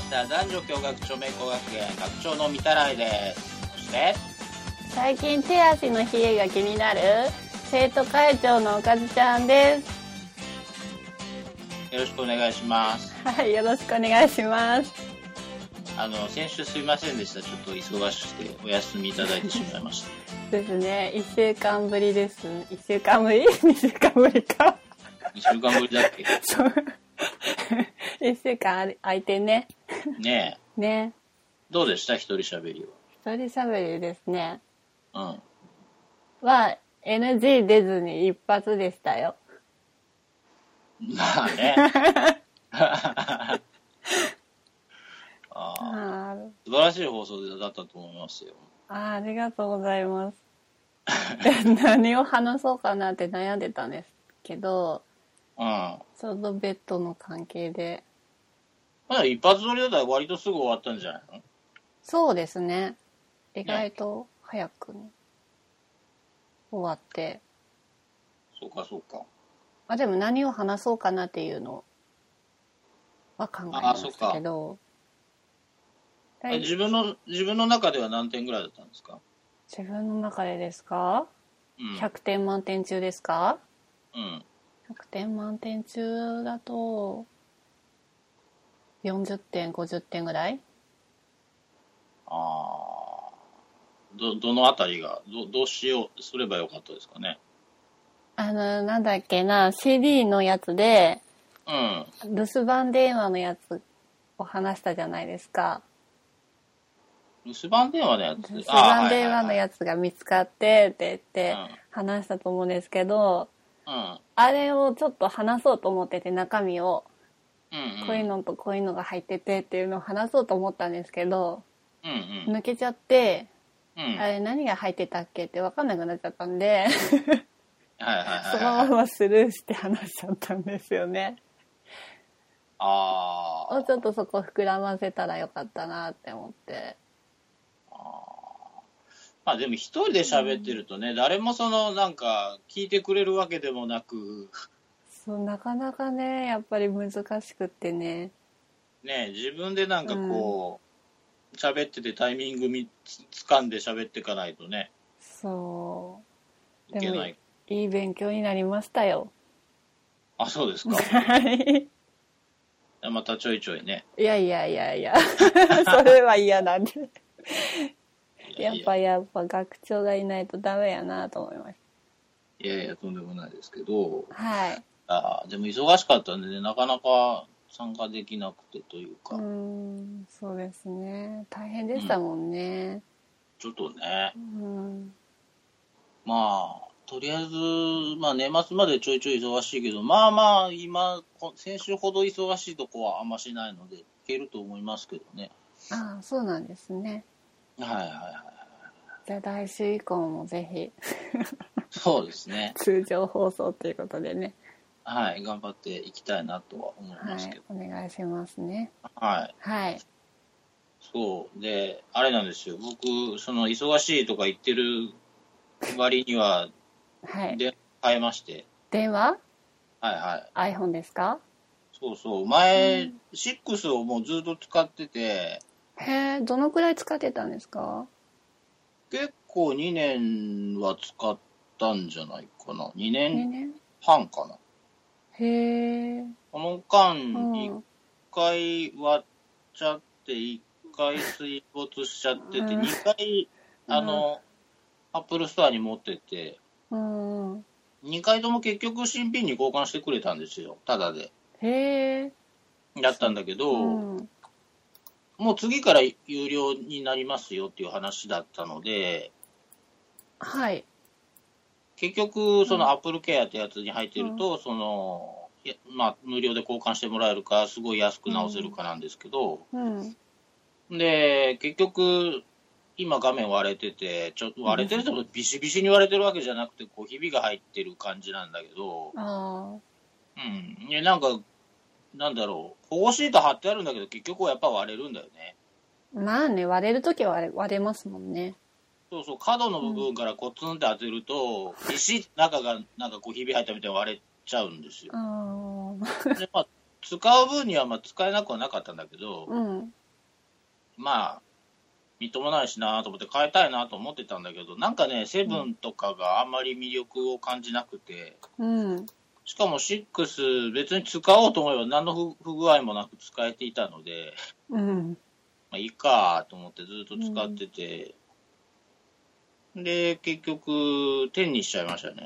した男女共学著名工学園学長の御手洗です。そして最近手足の冷えが気になる生徒会長のおかずちゃんです。 よろしくお願いします。 はい、よろしくお願いします。 先週すいませんでした。ちょっと忙しくてお休みいただいてしまいました。 ですね、1週間ぶりです。1週間ぶり ?2 週間ぶりか。 2週間ぶりだっけそう。1週間空いてね。 ねえ。ね。 どうでした一人喋りは。一人喋りですね。 うん。 は、NG 出ずに一発でしたよ。 まあね。素晴らしい放送だったと思いますよ。 ありがとうございます。何を話そうかなって悩んでたんですけど、 うん、 ちょうどベッドの関係で。 まだ一発撮りだったら割とすぐ終わったんじゃないの？ そうですね。意外と早く、ね、終わって。 そうかそうか。 でも何を話そうかなっていうのは考えましたけど。 自分の中では何点ぐらいだったんですか？ 自分の中でですか？ うん、 100点満点中ですか？ うん。 100点満点中だと40点50点ぐらい。 どのあたりがどうしようすればよかったですかね。 なんだっけな CD のやつで、 うん、 留守番電話のやつを話したじゃないですか。 留守番電話のやつ。 留守番電話のやつが見つかってって言って話したと思うんですけど、 うん、 あれをちょっと話そうと思ってて、中身を、 うんうん、 こういうのとこういうのが入っててっていうのを話そうと思ったんですけど、 うんうん、 抜けちゃって、 うん、 あれ何が入ってたっけって分かんなくなっちゃったんでそのまはいまスルーして話しちゃったんですよね。もうちょっとそこ膨らませたらよかったなって思って。 まあでも一人で喋ってるとね、誰もなんか聞いてくれるわけでもなく、 そうなかなかねやっぱり難しくってね。 ね、自分でなんかこう喋っててタイミング掴んで喋っていかないとね。 そういけない。 いい勉強になりましたよ。 あ、そうですか。 はい。 またちょいちょいね。 いやそれは嫌なんでやっぱ学長がいないとダメやなと思いました。 いやとんでもないですけど。 はい。 でも忙しかったんでね、なかなか参加できなくてというか。 そうですね。大変でしたもんね。 ちょっとね。まあとりあえずまあ年末までちょいちょい忙しいけど、まあ今先週ほど忙しいとこはあんましないのでいけると思いますけどね。 ああ、そうなんですね。 はい。 じゃあ来週以降もぜひそうですね。 通常放送ということでね。 はい、頑張っていきたいなとは思いますけど。 はい、お願いしますね。 はい。 はい。 そうで、あれなんですよ。僕忙しいとか言ってる割には、 はい。 で変えまして。 電話？ はい。 iPhone ですか？ そう。前、6をもうずっと使ってて。 へえ、どのくらい使ってたんですか？ 結構2年は使ったんじゃないかな。2年半かな。 へえ。 この間、1回割っちゃって、1回水没しちゃってて、2回、アップルストアに持ってて、2回とも結局新品に交換してくれたんですよ、タダで。 へえ。 だったんだけど、もう次から有料になりますよっていう話だったので、 はい。 結局アップルケアってやつに入ってると、まあ無料で交換してもらえるか、すごい安く直せるかなんですけど、で結局今画面割れてて、ちょっと割れてるとビシビシに割れてるわけじゃなくて、こうひびが入ってる感じなんだけど、でなんかなんだろう、保護シート貼ってあるんだけど、結局はやっぱ割れるんだよね。 まあね、割れるときは割れますもんね。 そう、角の部分からコツンって当てると、ビシッ中がなんかこうひび入ったみたいに割れちゃうんですよ。で、まあ、 使う分にはまあ使えなくはなかったんだけど、 うん。 まあ、みっともないしなと思って変えたいなと思ってたんだけど、なんかね、セブンとかがあんまり魅力を感じなくて、 うん。 しかも6別に使おうと思えば何の不具合もなく使えていたので、 うん。 まあいいかと思ってずっと使ってて、で、結局、10にしちゃいましたね。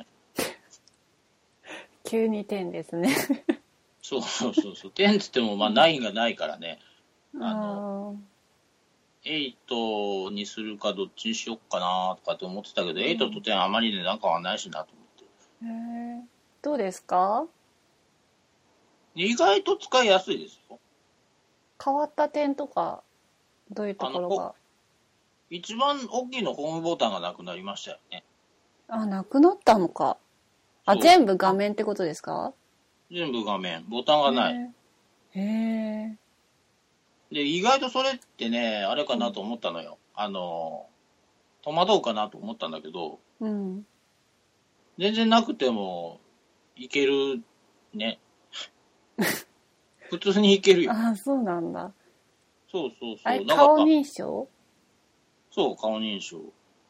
急に点ですね。 そうそうそうそう。10つっても、まあ9がないからね。 あ 8にするかどっちにしよっかなとかって思ってたけど、8と10あまり値段変わんないしなと思って。 へえ。どうですか？ 意外と使いやすいですよ。 変わった点とか、どういうところが？ 一番大きいのホームボタンがなくなりましたよね。 あ、なくなったのか。あ、全部画面ってことですか？ 全部画面、ボタンがない。 へえ。 で、意外とそれってね、あれかなと思ったのよ。戸惑うかなと思ったんだけど、 うん。 全然なくてもいけるね。普通にいけるよ。 あ、そうなんだ。 そうそうあれ、 そう。だ顔から、 認証？ そう、顔認証。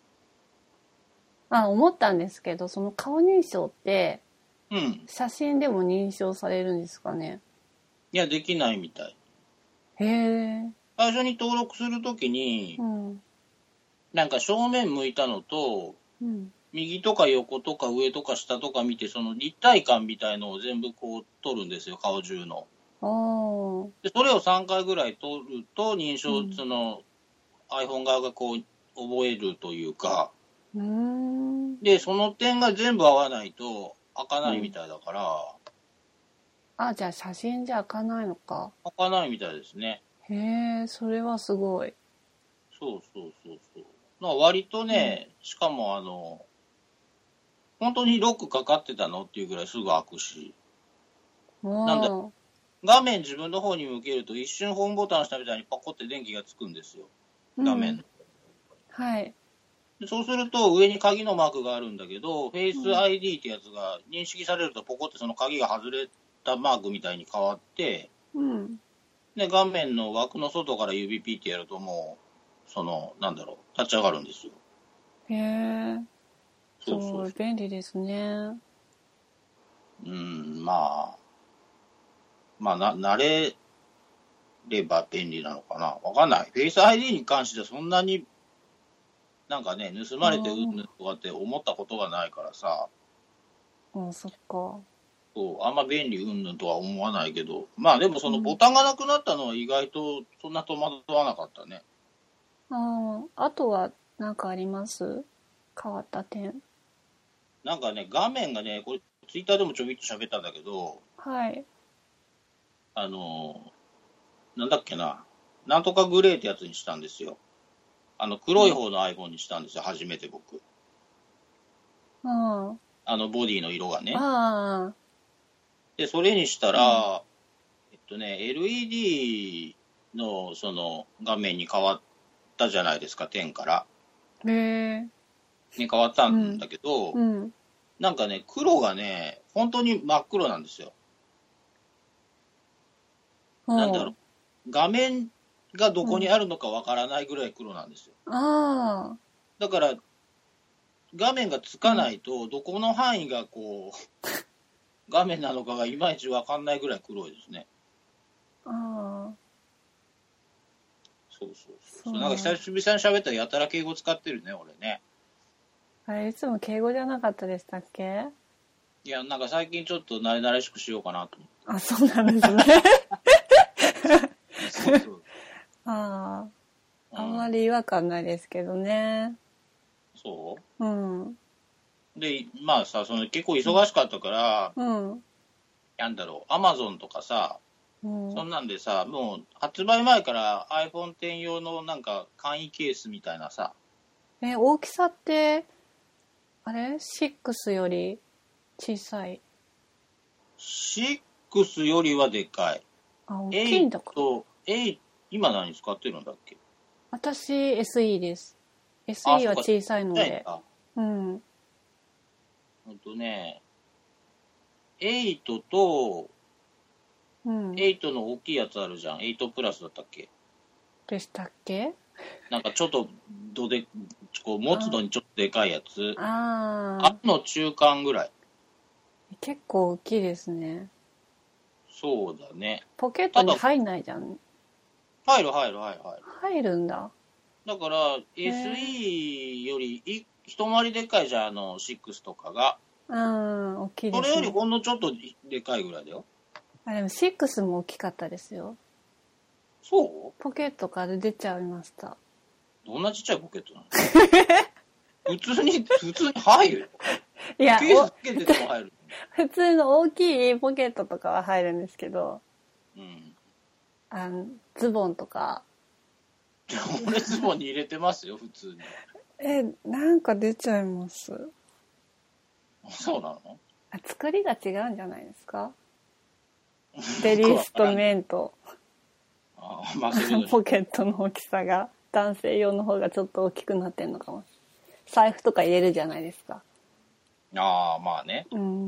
あ、思ったんですけど、その顔認証って、 うん。 写真でも認証されるんですかね？ いや、できないみたい。 へえ。 最初に登録するときにう、ん。 なんか正面向いたのと、 うん。 右とか横とか上とか下とか見て、その立体感みたいのを全部こう撮るんですよ、顔中の。 ああ。 で、それを3回ぐらい撮ると認証、 うん。 その iPhone 側がこう覚えるというか、 うーん。 で、その点が全部合わないと開かうん。 ないみたいだから、 あ、じゃあ写真じゃ開かないのか。 開かないみたいですね。 へえ、それはすごい。 そうそうそうそう。まあ割とうん。 ね、しかも本当にロックかかってたのっていうぐらいすぐ開くし、なんだ、 わあ。 画面自分の方に向けると一瞬ホームボタン押したみたいにパコって電気がつくんですよ。 うん。 画面の。 はい。 でそうすると上に鍵のマークがあるんだけど、 うん。 Face ID ってやつが認識されるとポコってその鍵が外れたマークみたいに変わって、 うん。 で、画面の枠の外から指ピーってやるともう、なんだろう、立ち上がるんですよ。 へえ。すそうそうそごい便利ですね。 う。まあ、慣れれば便利なのかな。わかんない。Face ID に関してはそんなになんかね、盗まれてうんぬんとかって思ったことがないからさ、 あ、そっか。 そう、あんま便利うんぬんとは思わないけど、まあでもそのボうん。 タンがなくなったのは意外とそんな戸惑わなかったね。 ああ、あとは何かあります？変わった点。 なんかね、画面がね、これツイッターでもちょびっと喋ったんだけど、 はい。 あの、なんだっけな、なんとかグレーってやつにしたんですよ。黒い方の iPhone にしたんですよ、初めて僕。 あボディの色があ、 ね。 ああ、 で、それにしたうん。 ら、LED のその画面に変わったじゃないですか、10から。 へえ、 に変わったうん、 んだけど、 うん。 なんかね、黒がね、本当に真っ黒なんですよ。なんだろほう。 う。画面がどうん。 こにあるのかわからないぐらい黒なんですよ。 ああ、 だから、画面がつかうん。 ないと、どこの範囲がこう、画面なのかがいまいちわかんないぐらい黒いですね。 ああ、 そうそうそう。なんか久そうなんだ。 々に喋ったらやたら敬語使ってるね、俺ね。 あれ、いつも敬語じゃなかったでしたっけ？ いや、なんか最近ちょっと慣れ慣れしくしようかなと思って。 あ、そうなんですね。 そうそう。 ああ、あんまうん。 り違和感ないですけどね。 そうん。うん。 うで、まあさ、結構忙しかったから、 うん。 なんだろう、アマゾンとかさ、 うん。 そんなんでさ、もう発売前から iPhone X 用のなんか簡易ケースみたいなさ、 大きさって、あれ ?6 より小さい？ 6よりはでかい。 あ、大きいんだか。 8、今何使ってるんだっけ？ 私 SE です。 あ、 SE そうか、ちっは小さいので。 ちゃいんだ。 うん。 ほんとね、8と、 うん。 8の大きいやつあるじゃん。8プラスだったっけ？ でしたっけ？ なんかちょっと、こう持つのにちょっとでかいやつ。 あの中間ぐらい。 結構大きいですね。 そうだね。 ポケットに入んないじゃん。 入る。 入るんだ。 だから、SE より一回りでかいじゃん、6とかが。 大きいですね。 それよりほんのちょっとでかいぐらいだよ。 でも6も大きかったですよ。 そう？ ポケットから出ちゃいました。 どんなちっちゃいポケットなの？普通に入るよ。 いや、 ケースつけてても入る。 普通の大きいポケットとかは入るんですけど、 うん。 ズボンとか。 俺ズボンに入れてますよ、普通に。 なんか出ちゃいます。 そうなの？ 作りが違うんじゃないですか？ベリストメント。ポケットの大きさが男性用の方がちょっと大きくなってんのかも。財布とか入れるじゃないですか。 まあね。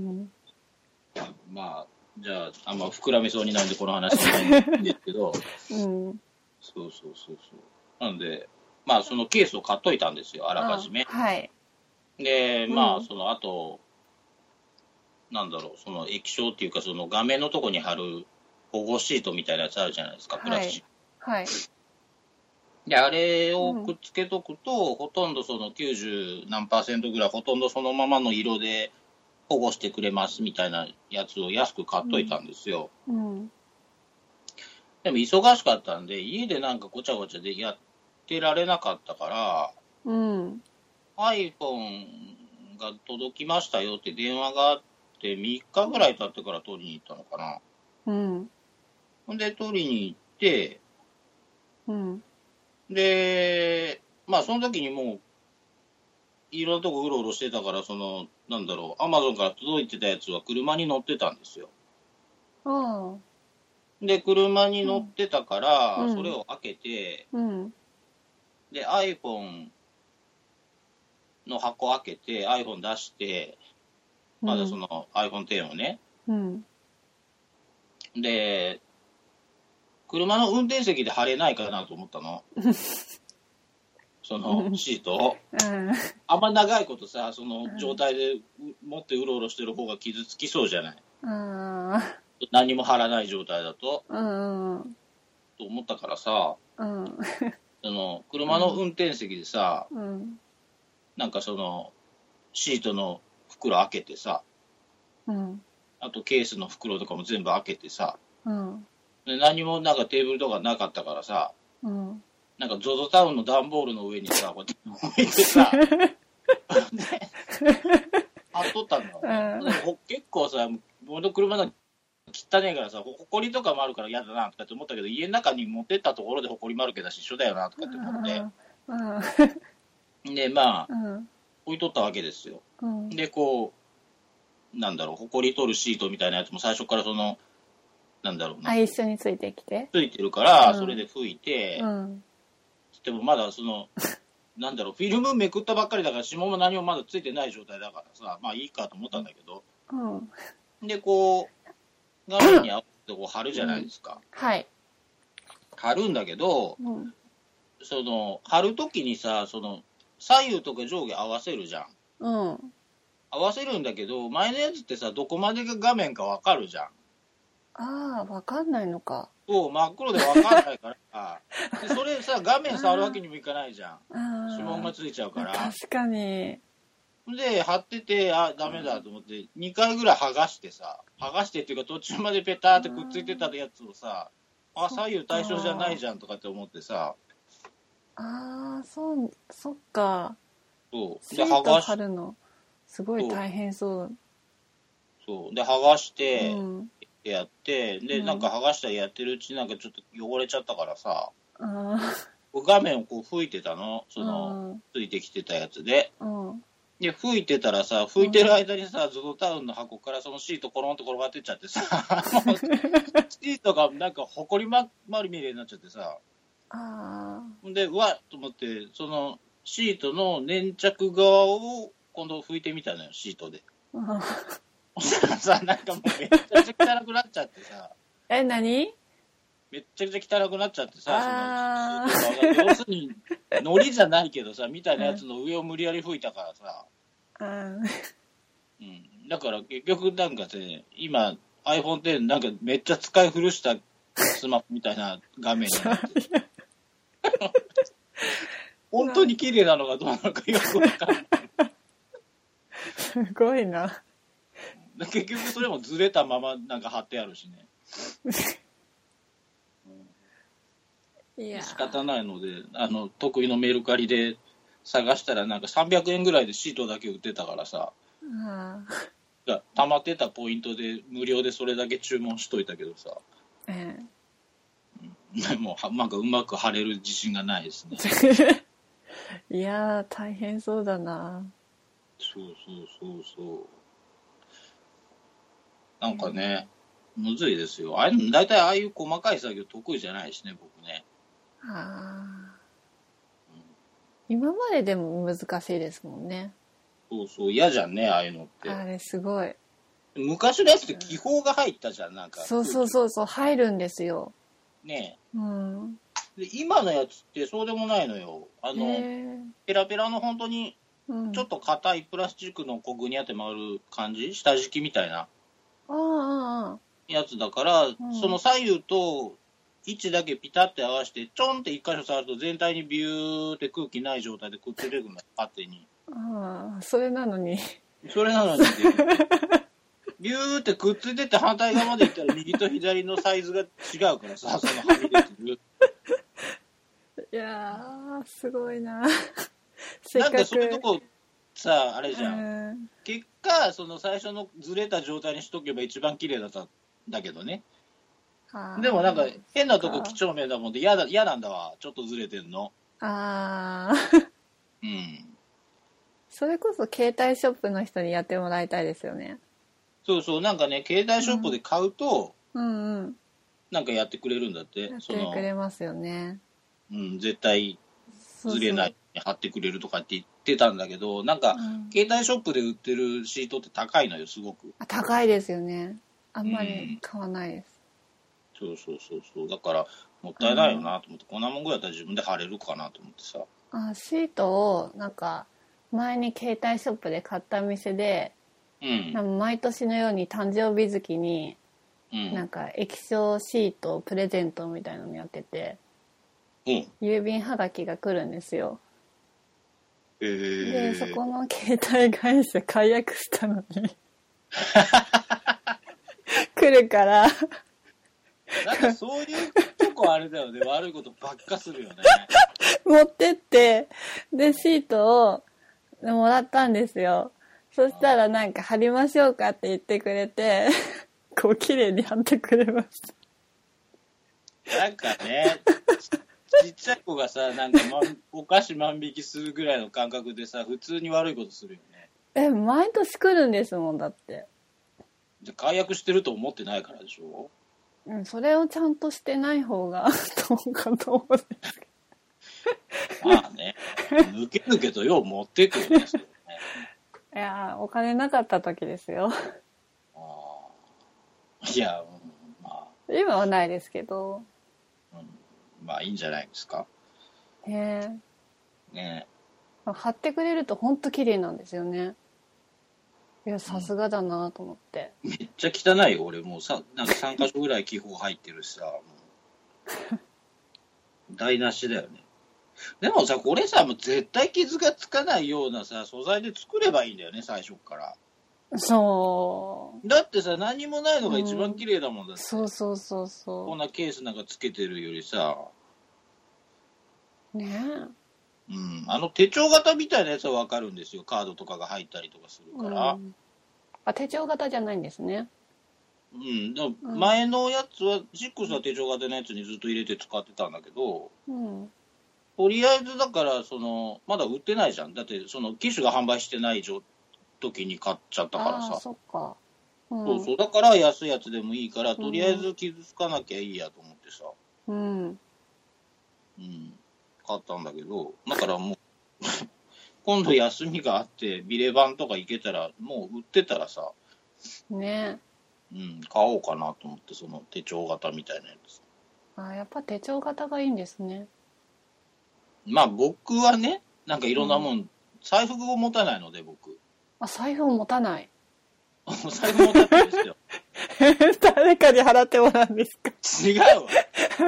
まあじゃああんま膨らみそうになるんでこの話はないんですけど、そうなんでまあそのケースを買っといたんですよ、あらかじめ。 はい。 でまあその後なんだろう、その液晶っていうかその画面のとこに貼る保護シートみたいなやつあるじゃないですか、プラスチック。 はい。 で、あれをくっつけとくと、ほとんどその90何%ぐらい、ほとんどそのままの色で保護してくれますみたいなやつを安く買っといたんですよ。でも忙しかったんで、家でなんかごちゃごちゃでやってられなかったから、iPhone が届きましたよって電話があって3日ぐらい経ってから取りに行ったのかな。ほんで取りに行って、で、まあその時にもういろんなとこうろうろしてたから、そのなんだろう、Amazon から届いてたやつは車に乗ってたんですよ。で車に乗ってたから、それを開けて、で iPhone の箱開けて iPhone 出して、まだその iPhone X をね、で車の運転席で貼れないかなと思ったの。そのシートを。あんま長いことさ、その状態で持ってうろうろしてる方が傷つきそうじゃない。何も貼らない状態だと。と思ったからさ、その車の運転席でさ、なんかそのシートの袋開けてさ、あとケースの袋とかも全部開けてさ、で何もなんかテーブルとかなかったからさ、なんか ZOZO タウンの段ボールの上にさ、こうやって置いてさ、貼っとったんだよ。結構さ、僕の車の汚ねえからさ、ほこりとかもあるから嫌だなとかって思ったけど、家の中に持ってったところでほこりもあるけど一緒だよなとかって思って。で、まあ、置いとったわけですよ。で、こう、なんだろう、ほこり取るシートみたいなやつも最初からその、なんだろうな。 一緒についてきて。 ついてるから、それで拭いて、でもまだその、なんだろう、フィルムめくったばっかりだから指紋も何もまだついてない状態だからさ、まあいいかと思ったんだけど、でこう画面に合わせてこう貼るじゃないですか。貼るんだけど、その貼るときにさ、その左右とか上下合わせるじゃん。合わせるんだけど、前のやつってさ、どこまでが画面かわかるじゃん。 わかんないのか。 そう、真っ黒でわかんないからでそれさ、画面触るわけにもいかないじゃん。指紋がついちゃうから。 確かに。 で、貼ってて、ダメだと思って、2回ぐらい剥がしてさ、剥がしてっていうか途中までペターってくっついてたやつをさ、左右対称じゃないじゃんとかって思ってさ。 そっか。 そう。 で、剥が貼るの、すごい大変そう。 そう。で、剥がして、やって、で、なんか剥がしたりやってるうちになんかちょっと汚れちゃったからさ、画面をこう拭いてたの、その、ついてきてたやつで。で、拭いてたらさ、拭いてる間にさ、ZOZOタウンの箱からそのシートコロンと転がってっちゃってさ、もうシートがなんかほこりまみれになっちゃってさ、で、うわっと思って、そのシートの粘着側を今度拭いてみたのよ、シートで。そしたらさ、なんかもうめっちゃ汚くなっちゃってさ、 何？ めっちゃくちゃ汚くなっちゃってあさ、要するに、糊じゃないけどさ、みたいなやつの上を無理やり拭いたからさ、だから結局なんかね、今 iPhone X なんかめっちゃ使い古したスマホみたいな画面になってる。本当に綺麗なのかどうなのかよくわかんない。 すごいな。 結局それもずれたままなんか貼ってあるしね。いや仕方ないので、得意のメルカリで探したらなんか300円ぐらいでシートだけ売ってたからさ、溜まってたポイントで無料でそれだけ注文しといたけどさ、もうなんかうまく貼れる自信がないですね。 いやー大変そうだな。 そうなんかね、むずいですよ。だいたいああいう細かい作業得意じゃないしね、僕ね。 今まででも難しいですもんね。 そう嫌じゃんね、ああいうのって。 あれすごい。 昔のやつって気泡が入ったじゃん、なんか。 そう入るんですよ。 ねえ。で今のやつってそうでもないのよ。ペラペラの本当にちょっと硬いプラスチックのこうぐにゃって回る感じ、下敷きみたいなやつだから、その左右と位置だけピタって合わせてちょんって一箇所触ると全体にビューって空気ない状態でくっついてくるんだ、勝手に。 それなのにビューってくっついてって反対側まで行ったら右と左のサイズが違うからさ、そのはみ出てる。 いやーすごいな。 なんかそういうとこさ、あれじゃん。結果その最初のずれた状態にしとけば一番綺麗だったんだけどね。でもなんか変なとこ几帳面だもんで嫌なんだわ、ちょっとずれてんの。 それこそ携帯ショップの人にやってもらいたいですよね。 そうなんかね、携帯ショップで買うと、なんかやってくれるんだって。 やってくれますよね。 絶対ずれないに貼ってくれるとかって言ってたんだけど、なんか、携帯ショップで売ってるシートって高いのよ、すごく。 高いですよね。あんまり買わないです。 そうだからもったいないよなと思って、こんなもんぐらいだったら自分で貼れるかなと思ってさ。 シートをなんか前に携帯ショップで買った店で、毎年のように誕生日月に、なんか液晶シートプレゼントみたいなのやってて、郵便はがきが来るんですよ。でそこの携帯会社解約したのに来るからなんかそういうとこあれだよね、悪いことばっかするよね。 持ってってでシートをもらったんですよ。そしたらなんか貼りましょうかって言ってくれてこう綺麗に貼ってくれました。 なんかね、ちっちゃい子がさ、なんか、お菓子万引きするぐらいの感覚でさ、普通に悪いことするよね。 毎年来るんですもん、だって。 じゃ解約してると思ってないからでしょ。 それをちゃんとしてない方がどうかと思うんですけど。まあね、抜けとよう持ってくるんですよね。 いやお金なかった時ですよ。 いや、まあ。 今はないですけど。 まあいいんじゃないですか。 ね貼ってくれると本当綺麗なんですよね。いやさすがだなと思って、 めっちゃ汚いよ。俺もうなんか3箇所ぐらい気泡入ってるしさ、もう台無しだよね。でもさ、これさ、もう絶対傷がつかないようなさ素材で作ればいいんだよね、最初から。 そうだってさ、何もないのが一番綺麗だもんだって。 そうこんなケースなんかつけてるよりさ手帳型みたいなやつは分かるんですよ。カードとかが入ったりとかするから、 手帳型じゃないんですね。 でも前のやつは6は手帳型のやつにずっと入れて使ってたんだけど、とりあえずだからまだ売ってないじゃん。だってその機種が販売してない時に買っちゃったからさ。 そっか。 そうだから安いやつでもいいから、とりあえず傷つかなきゃいいやと思ってさ。買ったんだけど、だからもう今度休みがあってビレ版とか行けたらもう売ってたらさ。 うん、買おうかなと思って、その手帳型みたいなやつ。 やっぱ手帳型がいいんですね。 まあ僕はね、なんかいろんなもん、財布を持たないので僕。 財布を持たない。 財布持たないですよ。 誰かに払ってもらうんですか？ 違うわ。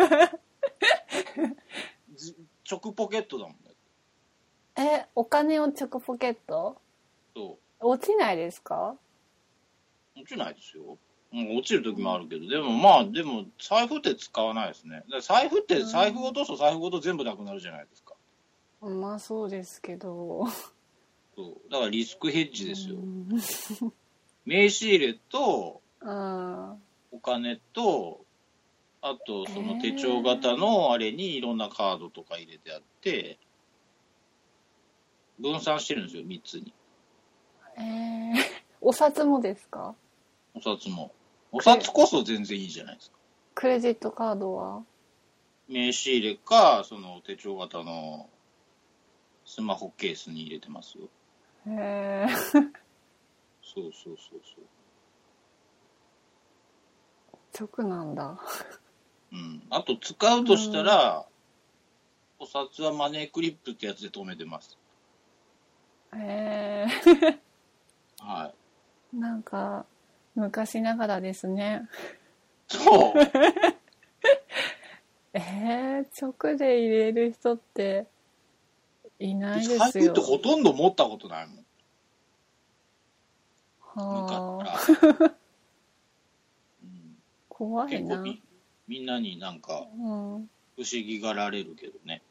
直ポケットだもんね。お金を直ポケット？ そう。 落ちないですか？ 落ちないですよ。落ちる時もあるけど、でも財布って使わないですね。財布って財布落とすと財布ごと全部なくなるじゃないですか。 まあそうですけど。 そうだからリスクヘッジですよ。名刺入れとお金と、あとその手帳型のあれにいろんなカードとか入れてあって分散してるんですよ、3つに。 お札もですか？ お札も。お札こそ全然いいじゃないですか。 クレジットカードは？ 名刺入れかその手帳型のスマホケースに入れてますよ。 へえ。 そう。 直なんだ。 うん。あと使うとしたら、お札はマネークリップってやつで留めてます。 へえ。 はい。 なんか昔ながらですね。 そう。 直で入れる人っていないですよ。 財布ってほとんど持ったことないもん。 はあ。怖いな。 結構みんなになんか不思議がられるけどね。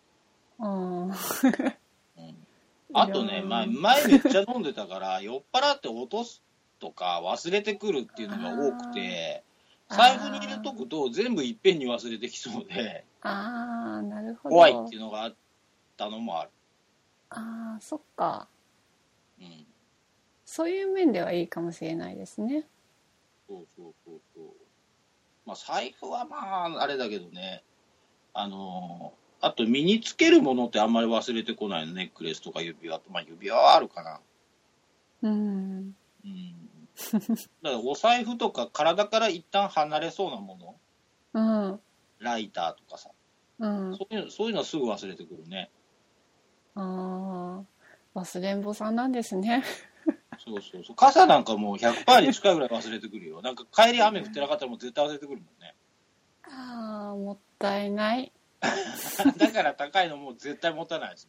あとね、前めっちゃ飲んでたから酔っ払って落とすとか忘れてくるっていうのが多くて、財布に入れとくと全部いっぺんに忘れてきそうで、 なるほど。 怖いっていうのがあったのもある。 そっか。そういう面ではいいかもしれないですね。 そう。まあ財布はまああれだけどね、あと身につけるものってあんまり忘れてこないの。ネックレスとか指輪と、まあ指輪はあるかな。だからお財布とか体から一旦離れそうなもの、ライターとかさ、そういうのはすぐ忘れてくるね。 忘れんぼさんなんですね。 そう。傘なんかもう 100% に近いぐらい忘れてくるよ。なんか帰り雨降ってなかったらもう絶対忘れてくるもんね。 もったいない。 だから高いのもう絶対持たないです。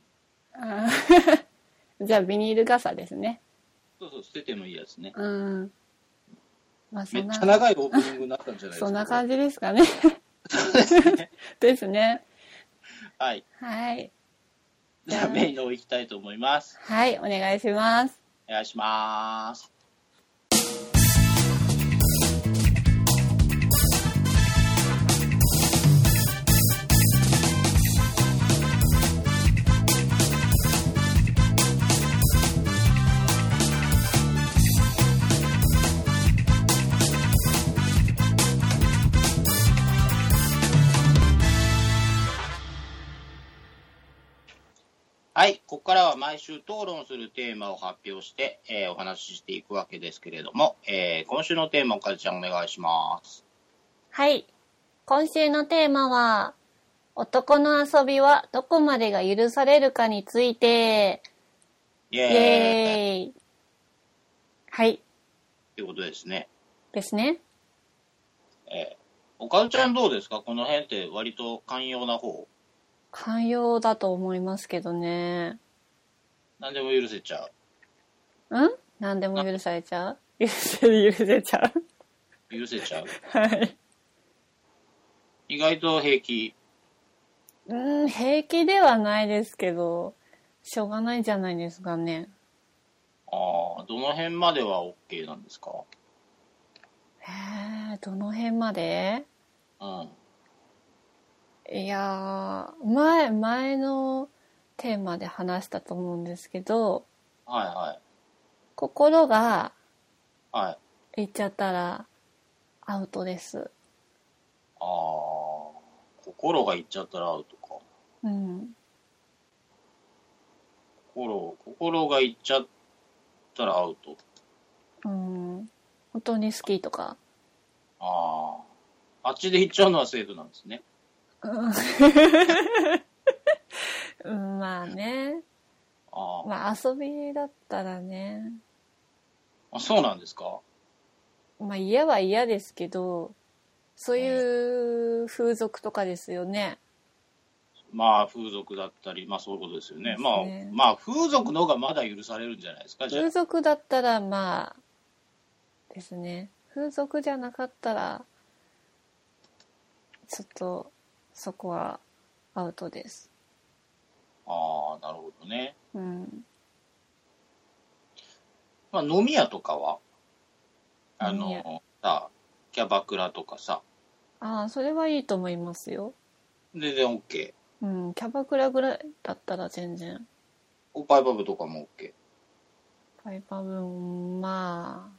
じゃあビニール傘ですね。 そう、捨ててもいいやつね。 まあ、 めっちゃ長いオープニングになったんじゃないですか。 そんな感じですかね。ですね。 はい。じゃあメインの方行きたいと思います。 はい、お願いします。 お願いします。はい、ここからは毎週討論するテーマを発表して、お話ししていくわけですけれども、今週のテーマをかずちゃんお願いします。 はい、今週のテーマは男の遊びはどこまでが許されるかについて。 イエーイ。 はい。 ということですね。 ですね。 おかずちゃんどうですか？この辺って割と寛容な方？ 寛容だと思いますけどね。 何でも許せちゃう？何でも許されちゃう？許せちゃう？ 許せちゃう？ はい。 意外と平気？ 平気ではないですけど、しょうがないんじゃないですかね。 どの辺までは OK なんですか？ どの辺まで？いやー、前のテーマで話したと思うんですけど、心がいっちゃったらアウトです。 心がいっちゃったらアウトか。心がいっちゃったらアウト。 本当に好きとか。 ああ。あっちで行っちゃうのはセーフなんですね。 うん、まあね。まあ遊びだったらね。 あ、そうなんですか？ まあ嫌は嫌ですけど、そういう風俗とかですよね。 まあ風俗だったり、まあそういうことですよね。まあ風俗の方がまだ許されるんじゃないですか、じゃあ。 風俗だったらまあですね。風俗じゃなかったら、ちょっとそこはアウトです。 ああ、なるほどね。 うん。 まあ飲み屋とかはさ、キャバクラとかさ。 ああ、それはいいと思いますよ。 全然 OK。 うん、キャバクラぐらいだったら全然。 おっぱいパブとかも OK。 パイパブ、ま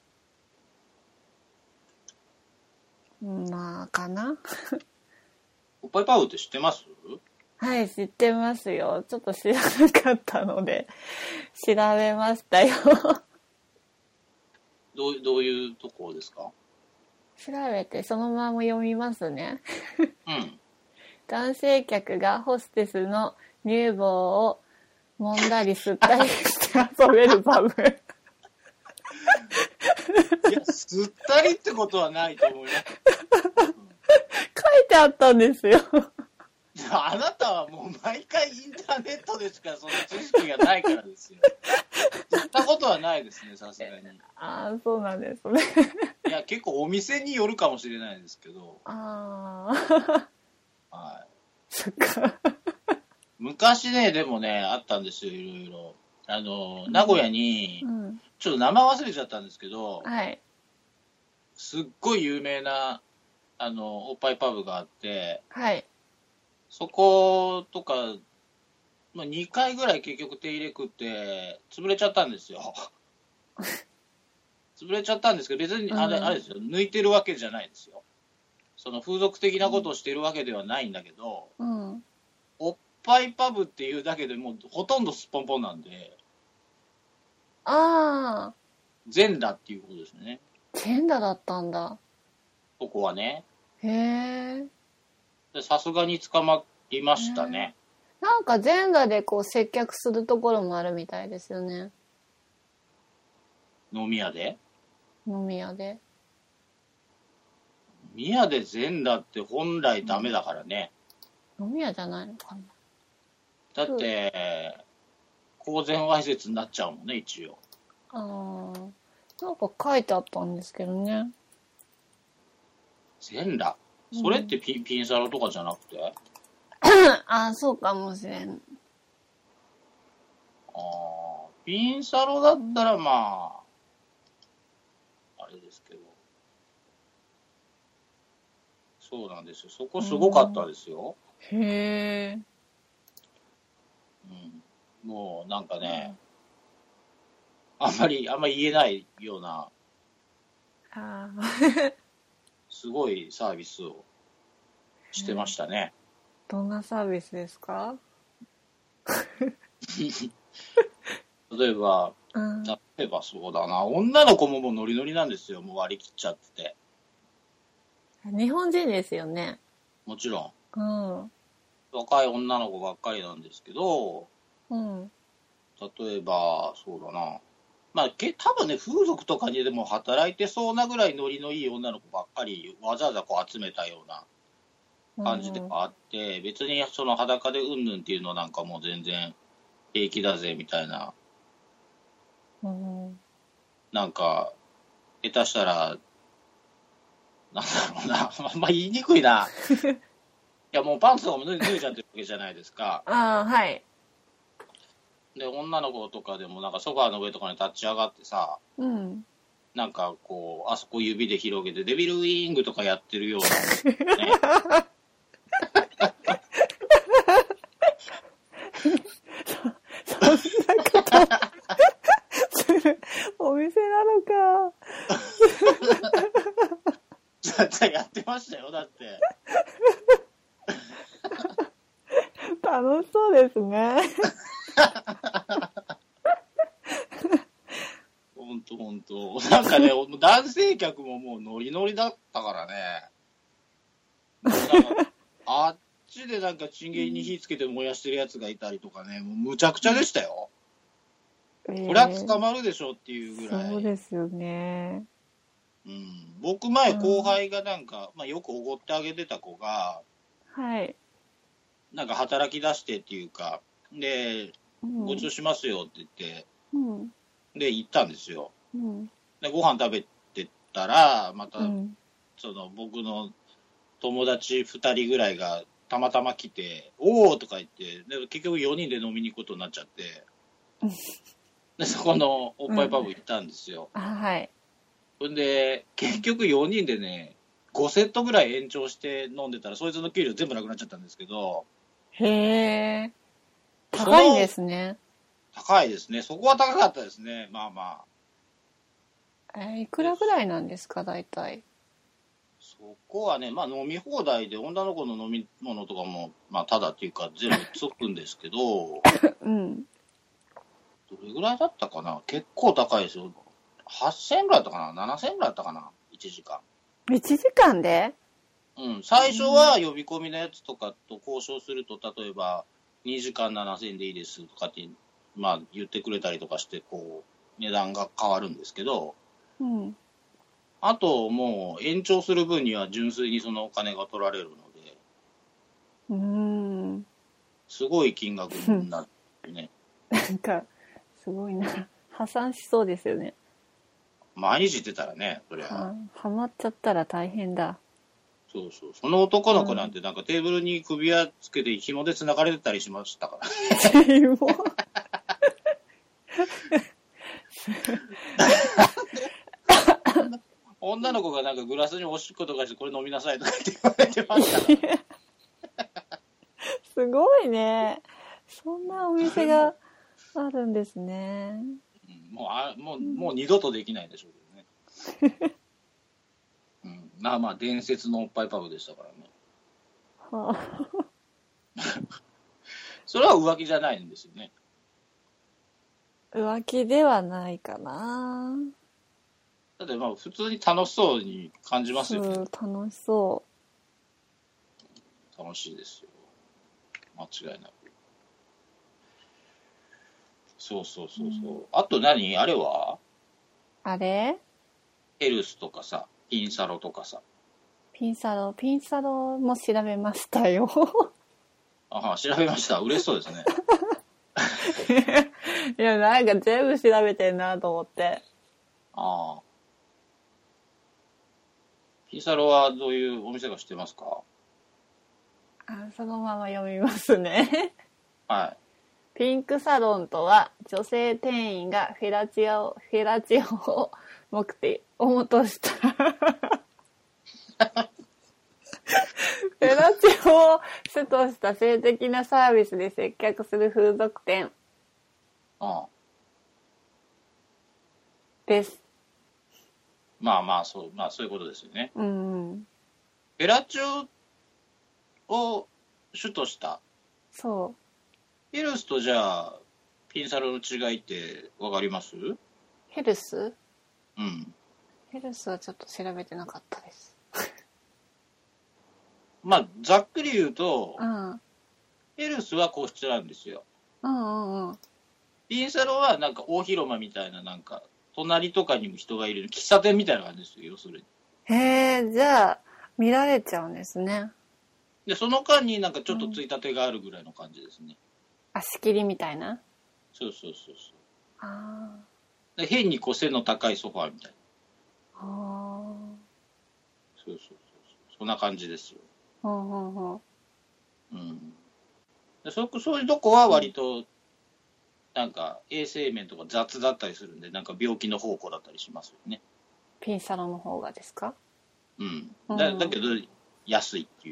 あかな。 おっぱいパブって知ってます？ はい、知ってますよ。ちょっと知らなかったので調べましたよ。 どういうとこですか？ 調べてそのまま読みますね。 うん。 男性客がホステスの乳房を揉んだり吸ったりして遊べるパブ。 いや、吸ったりってことはないと思います。 書いてあったんですよ。 あなたはもう毎回インターネットですから、その知識がないからですよ。言ったことはないですね、さすがに。 ああ、そうなんですね。 いや、結構お店によるかもしれないですけど。 ああ。 はい。 そっか。 昔ね、でもね、あったんですよ、いろいろ。名古屋に、ちょっと名前忘れちゃったんですけど、 はい。 すっごい有名な、おっぱいパブがあって、 はい。 そことか、まあ、2回ぐらい結局手入れ食って、潰れちゃったんですよ。潰れちゃったんですけど、別にあれですよ、抜いてるわけじゃないですよ。その風俗的なことをしてるわけではないんだけど、おっぱいパブっていうだけでもうほとんどすっぽんぽんなんで、 ああ。 全裸っていうことですね。 全裸だったんだ。 ここはね。 へえ。 さすがに捕まりましたね。 なんか全裸でこう接客するところもあるみたいですよね。 飲み屋で？ 飲み屋で。 飲み屋で全裸って本来ダメだからね。 飲み屋じゃないのかな。 だって、公然わいせつになっちゃうもんね、一応。 ああ。なんか書いてあったんですけどね。 全裸？それってピンサロとかじゃなくて？ ああ、そうかもしれん。 ピンサロだったらまあ、あれですけど。そうなんですよ。そこすごかったですよ。 へえ。 もうなんかね、あんまり言えないような、すごいサービスをしてましたね。 どんなサービスですか？ 例えばそうだな、女の子ももうノリノリなんですよ。もう割り切っちゃってて。 日本人ですよね。 もちろん。 若い女の子ばっかりなんですけど、例えば、そうだな。まあ、多分ね、風俗とかにでも働いてそうなぐらいノリのいい女の子ばっかりわざわざこう集めたような感じではあって、別にその裸でうんぬんっていうのなんかもう全然平気だぜみたいな。なんか、下手したら、なんだろうな、あんま言いにくいな。いや、もうパンツとかも脱いじゃってるわけじゃないですか。 はい。 で、女の子とかでもなんかソファーの上とかに立ち上がってさ、なんかこう、あそこ指で広げてデビルウィングとかやってるような、ね。 そんなことするお店なのか。 やってましたよ、だって。 楽しそうですね。 本当本当。なんかね、男性客ももうノリノリだったからね。なんかあっちでなんかチンゲンに火つけて燃やしてるやつがいたりとかね、もうむちゃくちゃでしたよ。これは捕まるでしょっていうぐらい。 そうですよね。 うん、僕前後輩がなんか、まあ、よくおごってあげてた子が、 はい。 なんか働き出してっていうか、で、ごちそうしますよって言って、で、行ったんですよ。で、ご飯食べてたら、また、その僕の友達2人ぐらいがたまたま来て、おーとか言って、で結局4人で飲みに行くことになっちゃって、で、そこのおっぱいパブ行ったんですよ。 はい。 ほんで、結局4人でね、5セットぐらい延長して飲んでたら、そいつの給料全部なくなっちゃったんですけど。 へー。高いんですね。 高いですね。そこは高かったですね。まあまあ。いくらぐらいなんですか、大体。 そこはね、まあ飲み放題で、女の子の飲み物とかも、まあただっていうか全部つくんですけど、 うん。 どれぐらいだったかな。結構高いですよ。8000円ぐらいだったかな。7000円ぐらいだったかな。1時間。 1時間で？ うん。最初は呼び込みのやつとかと交渉すると、例えば2時間7000円でいいですとかって、まあ言ってくれたりとかして、こう、値段が変わるんですけど、 うん。 あともう延長する分には純粋にそのお金が取られるので、すごい金額になってね。 なんか、すごいな。破産しそうですよね。 毎日行ってたらね、そりゃ。 はまっちゃったら大変だ。 そうそう。その男の子なんてなんかテーブルに首輪つけて紐で繋がれてたりしましたから。紐女の子がなんかグラスにおしっことかしてこれ飲みなさいとかって言われてましたから。 すごいね。そんなお店があるんですね。 もう二度とできないでしょうけどね。うん、まあ伝説のおっぱいパブでしたからね。はあ、それは浮気じゃないんですよね。 浮気ではないかな。 だってまあ普通に楽しそうに感じますよね。 楽しそう。 楽しいですよ。間違いなく。そう。あと何あれはあれヘルスとかさ、ピンサロとかさ。 ピンサロも調べましたよ。 調べました。嬉しそうですね。 いや、なんか全部調べてんなと思って。 ピンサロはどういうお店か知ってますか？ そのまま読みますね。 はい。 ピンクサロンとは、女性店員がフェラチオを主としたフェラチオを主とした性的なサービスで接客する風俗店です。 そういうことですよね。 フェラチオを主とした。 そう。 ヘルスとじゃあピンサロの違いってわかります？ ヘルス？ うん。 ヘルスはちょっと調べてなかったです。 ざっくり言うと、ヘルスは個室なんですよ。ピンサロはなんか大広間みたいな、なんか隣とかにも人がいる喫茶店みたいな感じですよ、要するに。 へえ、じゃあ見られちゃうんですね。 でその間になんかちょっとついたてがあるぐらいの感じですね。 仕切りみたいな。 そう。で変に背の高いソファーみたいな。そう。そんな感じですよ。でそういうとこは割となんか衛生面とか雑だったりするんで、なんか病気の宝庫だったりしますよね。 ピンサロの方がですか？ だけど安いっていう。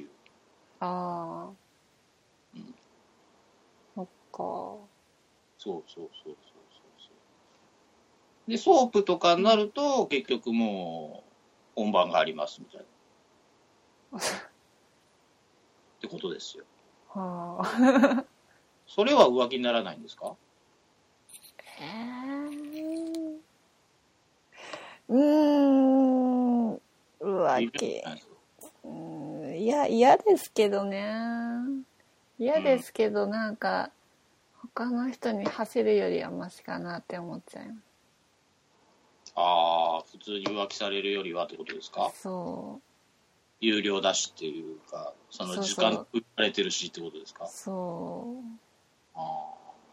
そっか。 そう。でソープとかになると結局もう本番がありますみたいなってことですよ。それは浮気にならないんですか？ 浮気。いや、嫌ですけどね。嫌ですけど、なんか、他の人に走るよりはマシかなって思っちゃいます。 ああ、普通に浮気されるよりはってことですか？ そう。 有料だしっていうか、その時間売られてるしってことですか？ そう。 あ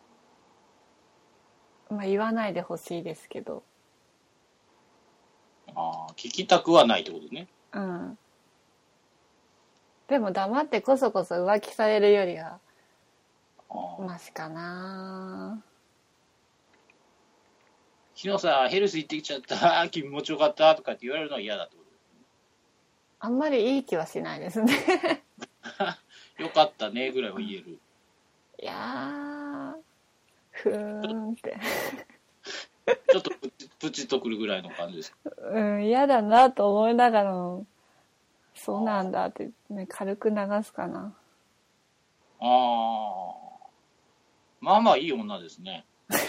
まあ言わないでほしいですけど。 あ、聞きたくはないってことね。 うん。でも黙ってこそこそ浮気されるよりはマシかな。 昨日さ、ヘルス行ってきちゃった、気持ちよかったとかって言われるのは嫌だってことですね。 あんまりいい気はしないですね。 よかったねぐらいは言える。 いやー、ふーんって。 ちょっとプチッとくるぐらいの感じですか？ うん、嫌だなと思いながらも、そうなんだって、ね、軽く流すかな。 ああ、まあまあいい女ですね。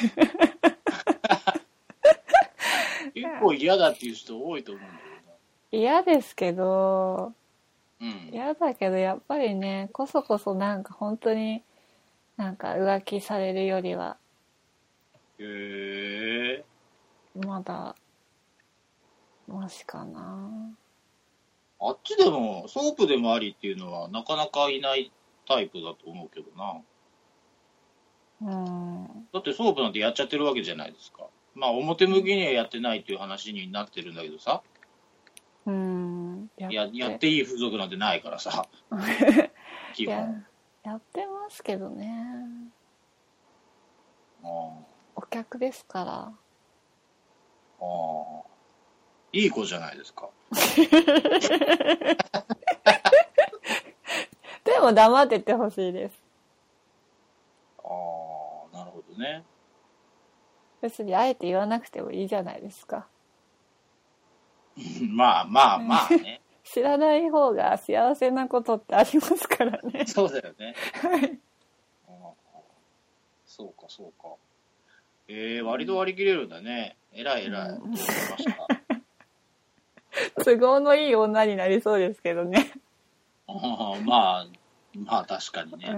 結構嫌だっていう人多いと思うんだけど。 嫌ですけど、 うん、 嫌だけどやっぱりね、こそこそなんか本当になんか浮気されるよりは、 へえ。 まだマシかな。 あっちでもソープでもありっていうのはなかなかいないタイプだと思うけどな。だってソープなんてやっちゃってるわけじゃないですか。まあ表向きにはやってないっていう話になってるんだけどさ。やっていい風俗なんてないからさ。基本。 やってますけどね。 お客ですから。 ああ。いい子じゃないですか。 でも黙っててほしいです。 ああ、なるほどね。 別にあえて言わなくてもいいじゃないですか。 まあまあまあね。 知らない方が幸せなことってありますからね。 そうだよね。 はい。 そうかそうか。割と割り切れるんだね。偉い偉い。驚きました。 都合のいい女になりそうですけどね。 まあ確かにね。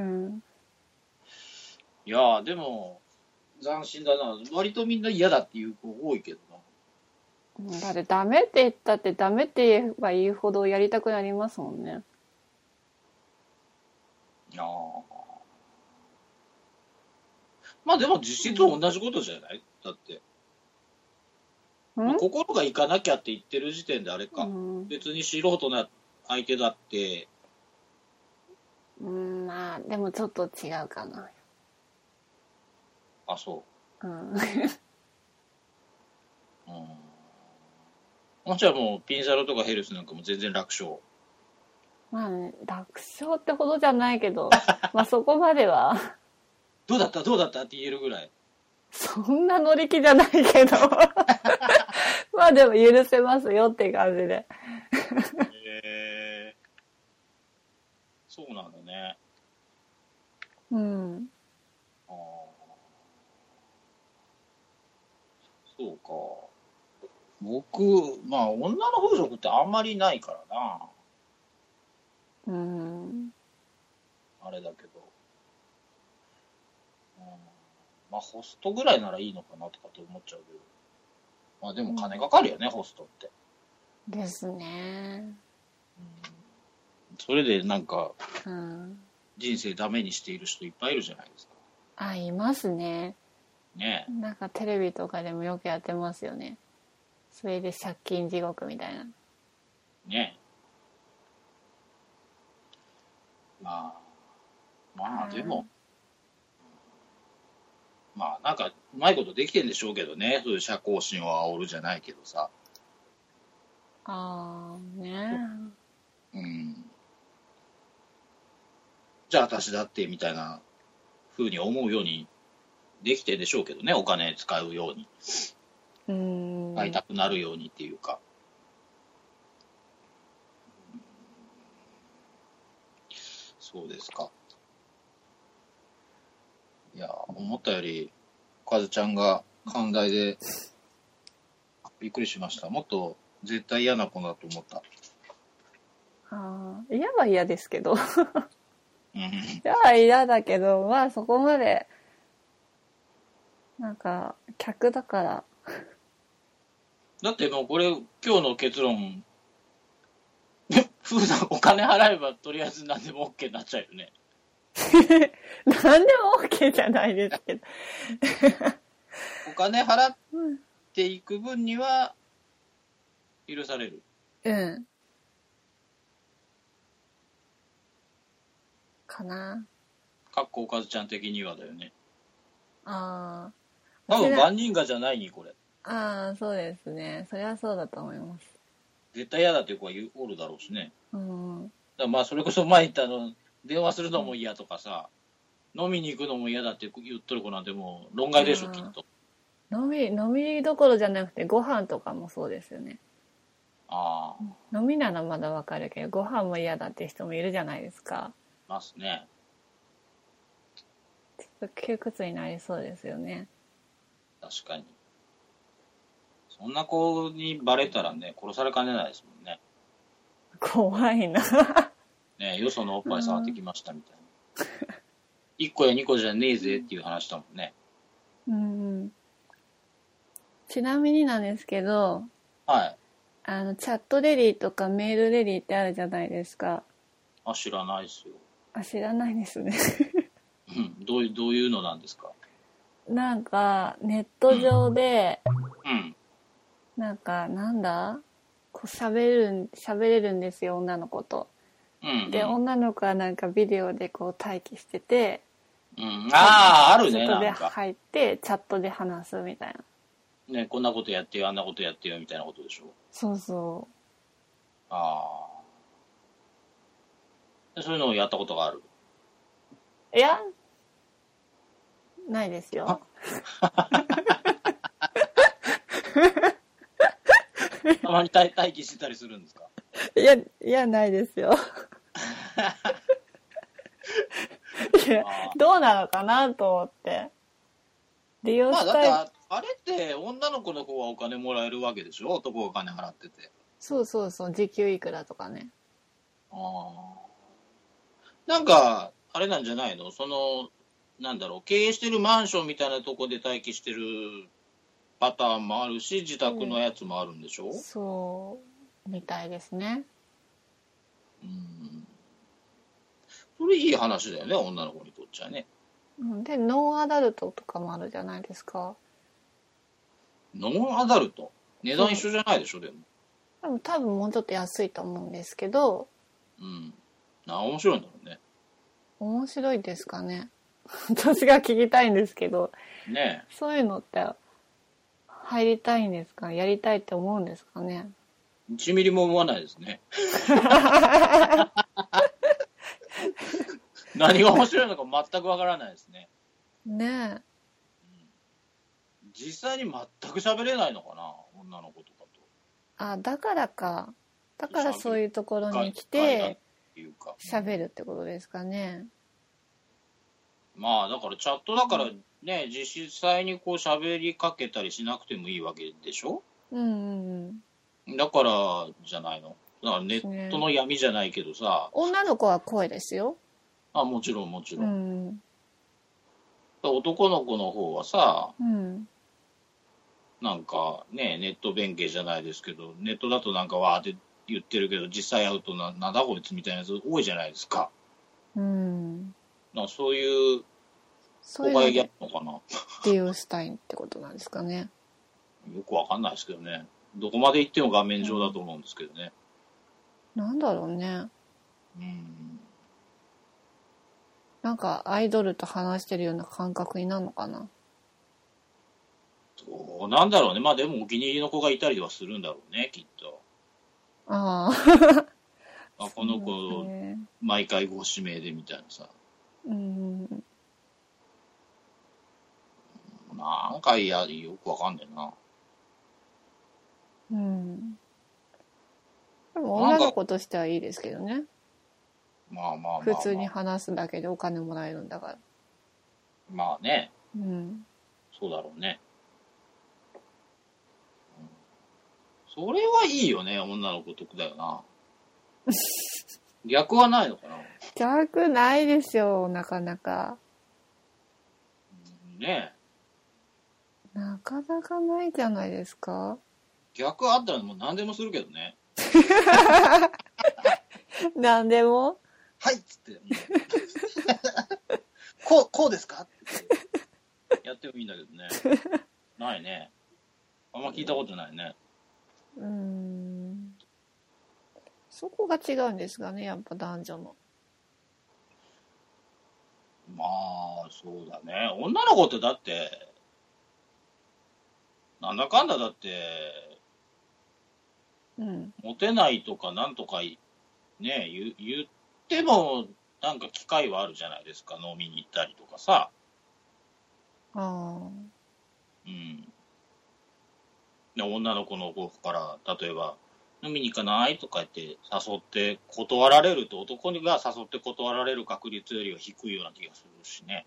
いやでも斬新だな。割とみんな嫌だっていう子多いけどな。だってダメって言ったってダメって言えば言うほどやりたくなりますもんね。 まあでも実質同じことじゃない？だって。まあ、心がいかなきゃって言ってる時点であれか。別に素人な相手だって。 まあでもちょっと違うかな。 あ、そう。じゃあもうピンサロとかヘルスなんかも全然楽勝。 まあね、楽勝ってほどじゃないけど、まあそこまでは。 どうだったって言えるぐらい。 そんな乗り気じゃないけど。まあでも許せますよって感じで。 そうなんだね。そうか。僕、まあ女の風俗ってあんまりないからな。あれだけど。まあホストぐらいならいいのかなとかって思っちゃうけど。まあでも金かかるよね、ホストって。 ですね。 それでなんか、人生ダメにしている人いっぱいいるじゃないですか。 あ、いますね。 ね。 なんかテレビとかでもよくやってますよね。それで借金地獄みたいな。 ね。まあでも、まあなんかうまいことできてんでしょうけどね。そういう社交心を煽るじゃないけどさ。じゃあ私だってみたいな風に思うようにできてんでしょうけどね。お金使うように。使いたくなるようにっていうか。そうですか。いや、思ったより、カズちゃんが寛大で、びっくりしました。もっと絶対嫌な子だと思った。 嫌は嫌ですけど嫌は嫌だけど、まあそこまでなんか客だからだってもうこれ今日の結論普段お金払えばとりあえず何でも OK になっちゃうよね何でも OK じゃないですけどお金払っていく分には許される。 うんかな。 かっこおかずちゃん的にはだよね。 ああ。 多分万人がじゃないにこれ。 ああ、そうですね。それはそうだと思います。 絶対嫌だっていう子はおるだろうしね。 うん。 だからまあそれこそ前言った電話するのも嫌とかさ、飲みに行くのも嫌だって言っとる子なんてもう論外でしょきっと。 飲みどころじゃなくてご飯とかもそうですよね。 ああ。飲みならまだわかるけどご飯も嫌だって人もいるじゃないですか。 ますね。 ちょっと窮屈になりそうですよね。 確かに。そんな子にバレたらね、殺されかねないですもんね。 怖いな。 ね、よそのおっぱい触ってきましたみたいな。1個や2個じゃねえぜっていう話だもんね。 うん。ちなみになんですけど、 はい。 チャットレディとかメールレディってあるじゃないですか。 知らないですよ。 知らないですね。 うん。どういうのなんですか？ なんか、ネット上で、 うん。 なんか、なんだこう喋れるんですよ、女の子と。 うん、うん。 で、女の子はなんかビデオでこう待機してて、 うん。あるね、 外でなんか。 入って、チャットで話すみたいな。 ね、こんなことやってよ、あんなことやってよ、みたいなことでしょ。 そうそそういうのをやったことがある。 いや、ないですよ。 たまに待機してたりするんですか？ いや、ないですよ。いや、どうなのかなと思って。利用したい。 だってあれって女の子の方はお金もらえるわけでしょ？男がお金払ってて。 そうそうそう、時給いくらとかね。 なんか、あれなんじゃないの？なんだろう、経営してるマンションみたいなとこで待機してるパターンもあるし、自宅のやつもあるんでしょ？ そうみたいですね。 それいい話だよね、女の子にとっちゃね。 で、ノンアダルトとかもあるじゃないですか。 ノンアダルト？値段一緒じゃないでしょ、でも。 でも多分もうちょっと安いと思うんですけど。 面白いんだろうね。 面白いですかね。私が聞きたいんですけど。 ねえ。そういうのって入りたいんですか？やりたいって思うんですかね。 1ミリも思わないですね。何が面白いのか全くわからないですね。 ねえ。 実際に全く喋れないのかな、女の子とかと。 だからか。だからそういうところに来て喋るってことですかね。 まあだからチャットだからね、実際にこう喋りかけたりしなくてもいいわけでしょ？だからじゃないの。だからネットの闇じゃないけどさ。 女の子は声ですよ。 もちろんもちろん。男の子の方はさ、なんかね、ネット弁慶じゃないですけど、ネットだとなんかわーって言ってるけど、実際会うとなんだこいつみたいなやつ多いじゃないですか。そういう子がやるのかな。 利用したいってことなんですかね。 よくわかんないですけどね。どこまで行っても画面上だと思うんですけどね。 なんだろうね。なんかアイドルと話してるような感覚になるのかな。 そうなんだろうね。まあでもお気に入りの子がいたりはするんだろうね、きっと。この子、毎回ご指名でみたいなさ。なんかよくわかんないな。 でも女の子としてはいいですけどね。 まあ普通に話すだけでお金もらえるんだから。 まあね。そうだろうね。それはいいよね、女の子得だよな。 逆はないのかな？ 逆ないですよ、なかなか。 ねえ。なかなかないじゃないですか。 逆あったらもう何でもするけどね。 何でもはいっつって。こうですかってやってもいいんだけどね。ないね。あんま聞いたことないね。 そこが違うんですがね、やっぱ男女の。 まあ、そうだね。女の子ってだって、なんだかんだだって、モテないとかなんとかね、言っても、なんか機会はあるじゃないですか。飲みに行ったりとかさ。女の子の子から、例えば、飲みに行かないとか言って誘って断られると、男が誘って断られる確率よりは低いような気がするしね。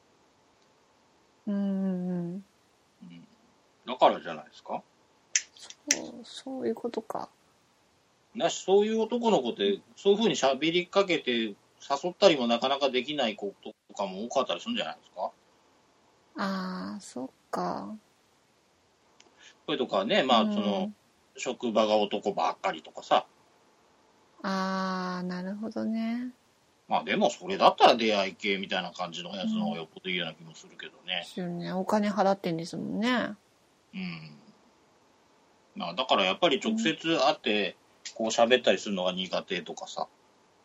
だからじゃないですか。 そういうことか。 そういう男の子って、そういう風に喋りかけて、誘ったりもなかなかできない子とかも多かったりするんじゃないですか。 ああ、そっか。 それとかね、まあ、職場が男ばっかりとかさ。 ああ、なるほどね。 まあでもそれだったら出会い系みたいな感じのやつの方がよっぽどいいような気もするけどね。 ですよね。お金払ってんですもんね。 まあだからやっぱり直接会ってこう喋ったりするのが苦手とかさ。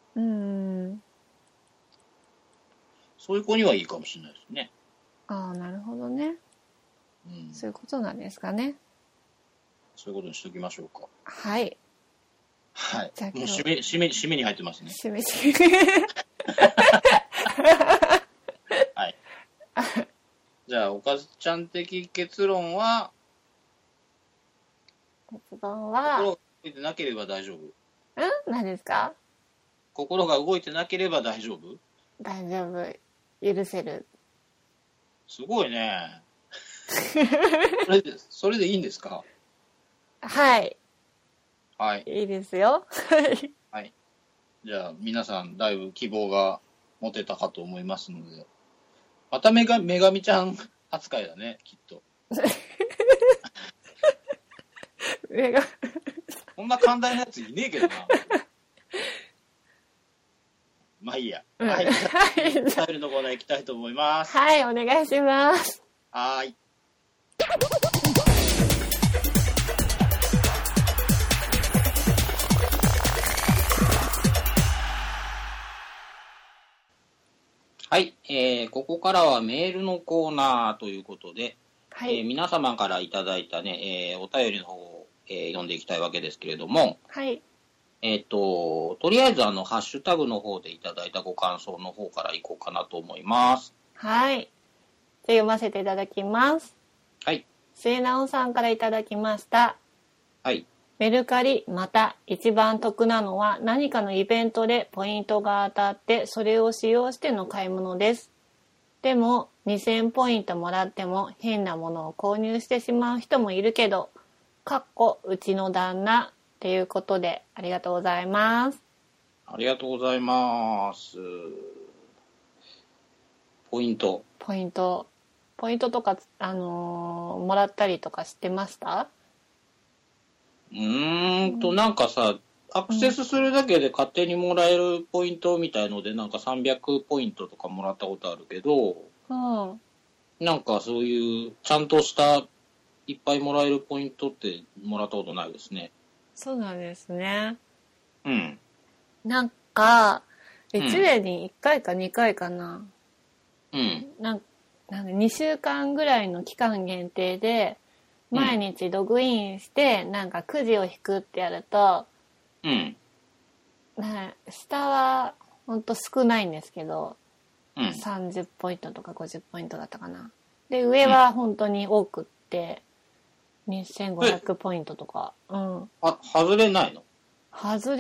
そういう子にはいいかもしれないですね。 ああ、なるほどね。そういうことなんですかね。 そういうことにしときましょうか。 はい。 はい。もう締めに入ってますね。 締め。 はい。じゃあ、おかずちゃん的結論は、心が動いてなければ大丈夫。 何ですか？ 心が動いてなければ大丈夫？ 大丈夫。許せる。 すごいね。それでいいんですか？ はい。 はい。 いいですよ。 はい。じゃあ、皆さん、だいぶ希望が持てたかと思いますので。また女神ちゃん扱いだね、きっと。こんな寛大なやついねえけどな。まあいいや。はい。スタイルのコーナー行きたいと思います。 はい、お願いします。 はい。はい、ここからはメールのコーナーということで、はい、皆様からいただいたね、お便りの方を、読んでいきたいわけですけれども、 はい。 とりあえずハッシュタグの方でいただいたご感想の方からいこうかなと思います。 はい。じゃあ読ませていただきます。 はい。 末直さんからいただきました。 はい。 メルカリまた一番得なのは何かのイベントでポイントが当たってそれを使用しての買い物です。でも2000ポイントもらっても変なものを購入してしまう人もいるけど、うちの旦那ということでありがとうございます。 ありがとうございます。ポイントとか、もらったりとかしてました？ なんかさ、アクセスするだけで勝手にもらえるポイントみたいので、なんか300ポイントとかもらったことあるけど、なんかそういうちゃんとしたいっぱいもらえるポイントってもらったことないですね。 そうなんですね。 うん。 なんか1年に1回か2回かな。なんか2週間ぐらいの期間限定で毎日ログインしてなんかくじを引くってやると、下はほんと少ないんですけど、30ポイントとか50ポイントだったかな。で上は本当に多くって2500ポイントとか。 外れないの？ 外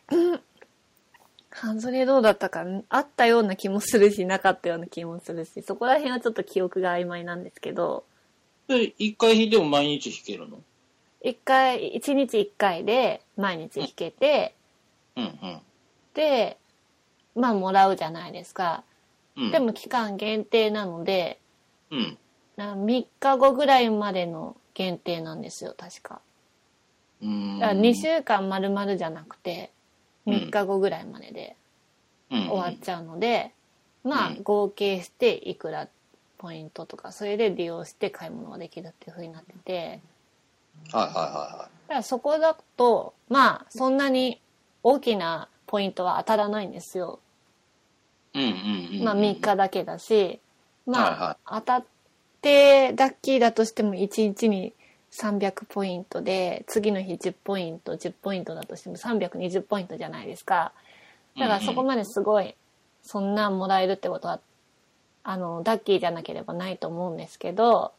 れどうだったかあったような気もするしなかったような気もするし、そこら辺はちょっと記憶が曖昧なんですけど。 で1回引いても毎日引けるの ？1日1回で毎日引けて、 で、まあもらうじゃないですか。 うん、 でも期間限定なので、 うん、 3日後ぐらいまでの限定なんですよ、確か。だから2週間丸々じゃなくて、3日後ぐらいまでで終わっちゃうので、まあ合計していくらポイントとか、それで利用して買い物ができるっていう風になってて、 はいはいはいはい。 だからそこだと、まあそんなに大きなポイントは当たらないんですよ。まあ3日だけだし、まあ当たってラッキーだとしても1日に300ポイントで、次の日10ポイント、10ポイントだとしても320ポイントじゃないですか。だからそこまですごい、そんなんもらえるってことは、ラッキーじゃなければないと思うんですけど、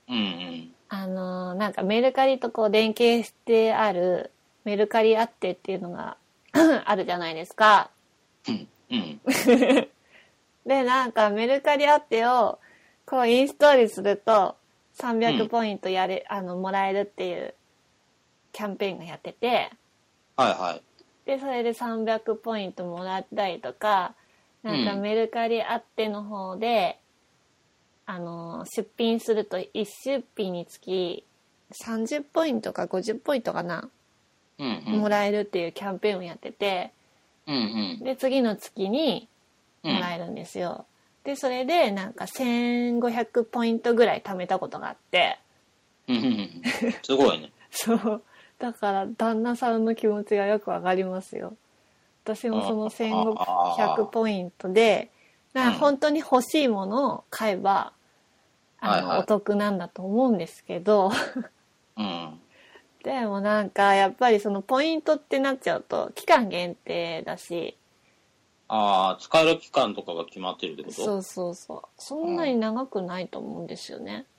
なんかメルカリとこう連携してあるメルカリあってっていうのがあるじゃないですか。で、なんかメルカリあってをこうインストールすると300ポイントもらえるっていうキャンペーンがやってて、 はいはい。 で、それで300ポイントもらったりとか、なんかメルカリあっての方で、出品すると1出品につき30ポイントか50ポイントかな、もらえるっていうキャンペーンをやってて、で、次の月にもらえるんですよ。で、それでなんか1500ポイントぐらい貯めたことがあって。 すごいね。 そう。だから旦那さんの気持ちがよくわかりますよ。私もその1500ポイントで、本当に欲しいものを買えば、お得なんだと思うんですけど、でもなんかやっぱりそのポイントってなっちゃうと期間限定だし、 使える期間とかが決まってるってこと？ そうそうそう。そんなに長くないと思うんですよね。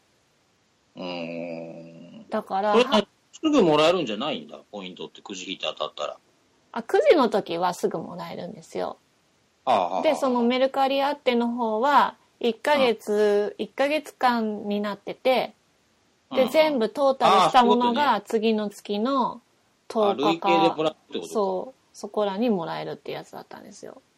だからすぐもらえるんじゃないんだ、ポイントって。くじ引いて当たったら。 くじの時はすぐもらえるんですよ。で、そのメルカリあっての方は1ヶ月間になってて、で、全部トータルしたものが次の月の10日か、 累計でもらうってことか。 そう、そこらにもらえるってやつだったんですよ。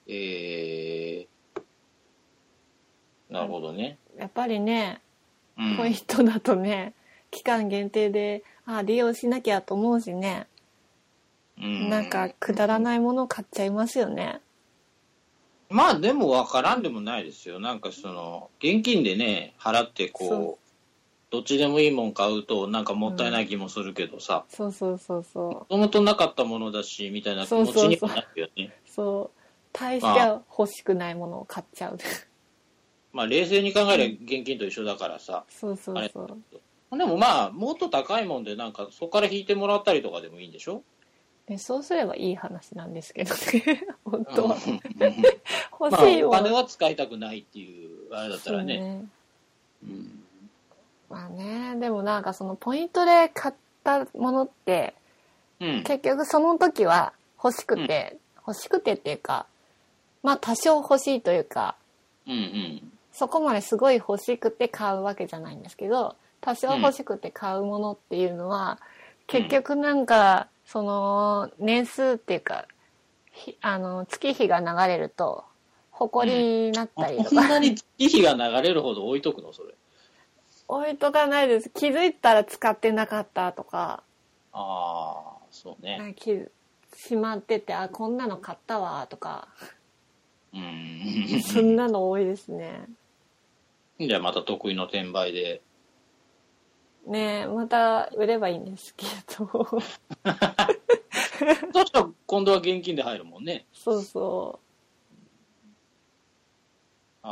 なるほどね。 やっぱりね、ポイントだとね、期間限定で利用しなきゃと思うしね、なんかくだらないものを買っちゃいますよね。 まあでも分からんでもないですよ。なんかその現金でね払ってこうどっちでもいいもん買うとなんかもったいない気もするけどさ、 そうそうそうそう、 もともとなかったものだしみたいな気持ちにはなるよね。 そう大しては欲しくないものを買っちゃう。 まあ冷静に考えれば現金と一緒だからさ、 そうそうそう。 でもまあもっと高いもんでなんかそこから引いてもらったりとかでもいいんでしょ。 そうすればいい話なんですけどね。本当は欲しいもん、まあ、お金は使いたくないっていうあれだったらね。 まあね、でもなんかそのポイントで買ったものって、結局その時は欲しくてっていうか、まあ多少欲しいというか、そこまですごい欲しくて買うわけじゃないんですけど、多少欲しくて買うものっていうのは、結局なんかその年数っていうか、月日が流れると埃になったりとか、 そんなに月日が流れるほど置いとくのそれ？ 置いとかないです。気づいたら使ってなかったとか、 そうね、 しまっててこんなの買ったわとか、そんなの多いですね。 じゃあまた得意の転売でね、また売ればいいんですけどそしたら今度は現金で入るもんね。 そうそう。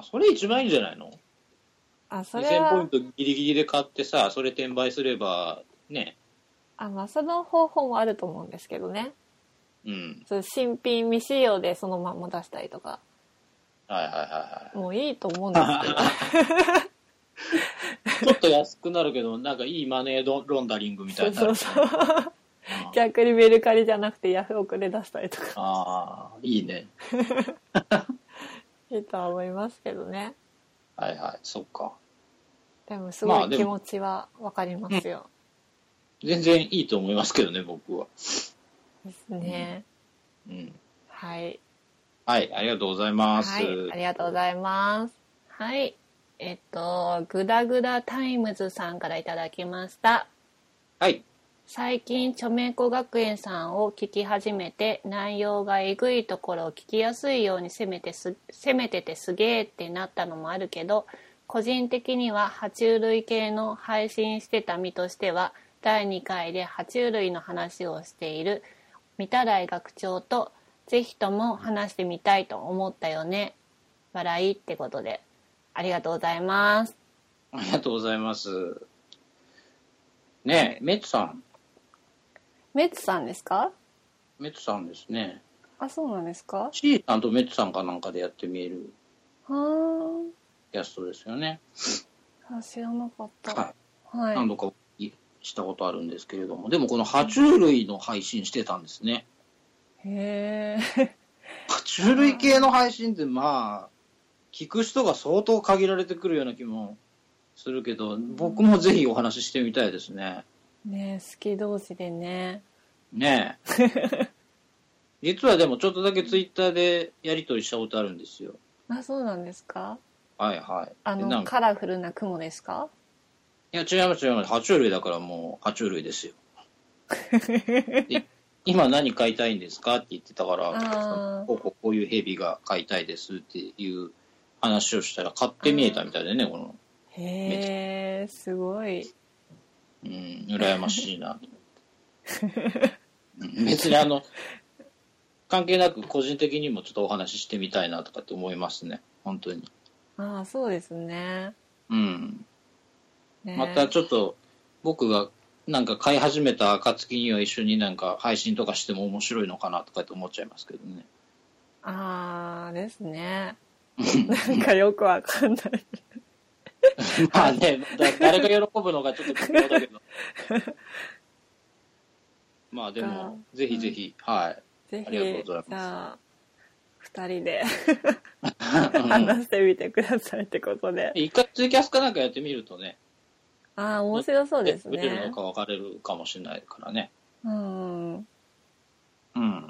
それ一番いいんじゃないの？ それは 2000ポイントギリギリで買ってさ、それ転売すればね。 まあその方法もあると思うんですけどね。新品未使用でそのまま出したりとか。もういいと思うんですけど。 ちょっと安くなるけど、なんかいいマネーロンダリングみたいな。そう逆にメルカリじゃなくてヤフオクで出したりとか。 いいね。 いいとは思いますけどね。 そっか。 でもすごい気持ちはわかりますよ。 全然いいと思いますけどね、僕は。 ですね。 はい。 はい、ありがとうございます。 はい、ありがとうございます。はい。グダグダタイムズさんからいただきました。 はい。 最近、チョメコ学園さんを聞き始めて、内容がえぐいところを聞きやすいように攻めててすげーってなったのもあるけど、個人的には爬虫類系の配信してた身としては、第2回で爬虫類の話をしている御手洗学長とぜひとも話してみたいと思ったよね。笑いってことで、ありがとうございます。 ありがとうございます。ねえ、メッツさん。 メッツさんですか？ メッツさんですね。 あ、そうなんですか？ シーさんとメッツさんかなんかでやってみえるはキャストですよね。 あ、知らなかった。 はい。 はい。 何度かしたことあるんですけれども、でもこの爬虫類の配信してたんですね。 へえ。 爬虫類系の配信ってまあ、聞く人が相当限られてくるような気もするけど、僕もぜひお話ししてみたいですね。 ねえ、好き同士でね。 ねえ。実はでもちょっとだけツイッターでやり取りしたことあるんですよ。 あ、そうなんですか？ はいはい。 カラフルな雲ですか？ いや、違います。爬虫類だからもう爬虫類ですよ。今何飼いたいんですかって言ってたから、こういうヘビが飼いたいですっていう話をしたら買って見えたみたいでね、この。 へえ、すごい。 うん、羨ましいなと思って。別に関係なく個人的にもちょっとお話ししてみたいなとかって思いますね、本当に。 ああ、そうですね。 うん。 ね、 またちょっと僕がなんか飼い始めた暁には一緒になんか配信とかしても面白いのかなとかって思っちゃいますけどね。 ああ、ですね。なんかよくわかんない。 まあね、誰が喜ぶのかちょっと微妙だけど。まあでも、ぜひぜひ、はい。 ぜひ、 ありがとうございます。 じゃあ、2人で話してみてくださいってことで。 一回ツイキャスかなんかやってみるとね。 ああ、面白そうですね。 出るのか分かれるかもしれないからね。 うん。 うん。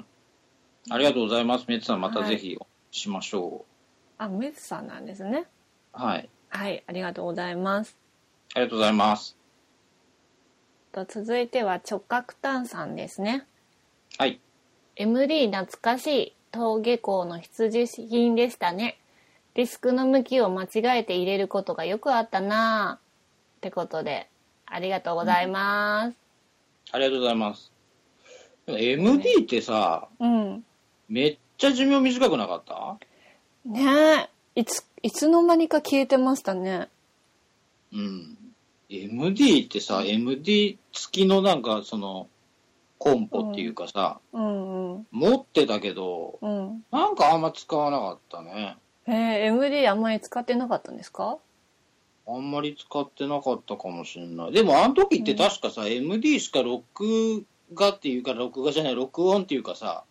ありがとうございます。メツさん、またぜひしましょう。あ、メツさんなんですね。 はい。 はい、ありがとうございます。 ありがとうございます。 続いては直角炭さんですね。 はい。 MD 懐かしい登下校の必需品でしたね。ディスクの向きを間違えて入れることがよくあったなぁ。ってことで、ありがとうございます。 ありがとうございます。でも MD ってさ、めっちゃ寿命短くなかった？ ねえ、いつの間にか消えてましたね。 うん。MD ってさ、MD 付きのなんかそのコンポっていうかさ、持ってたけど、なんかあんま使わなかったね。 MD あんまり使ってなかったんですか？ あんまり使ってなかったかもしれない。でもあの時って確かさ、MD しか録画っていうか、録画じゃない、録音っていうかさ、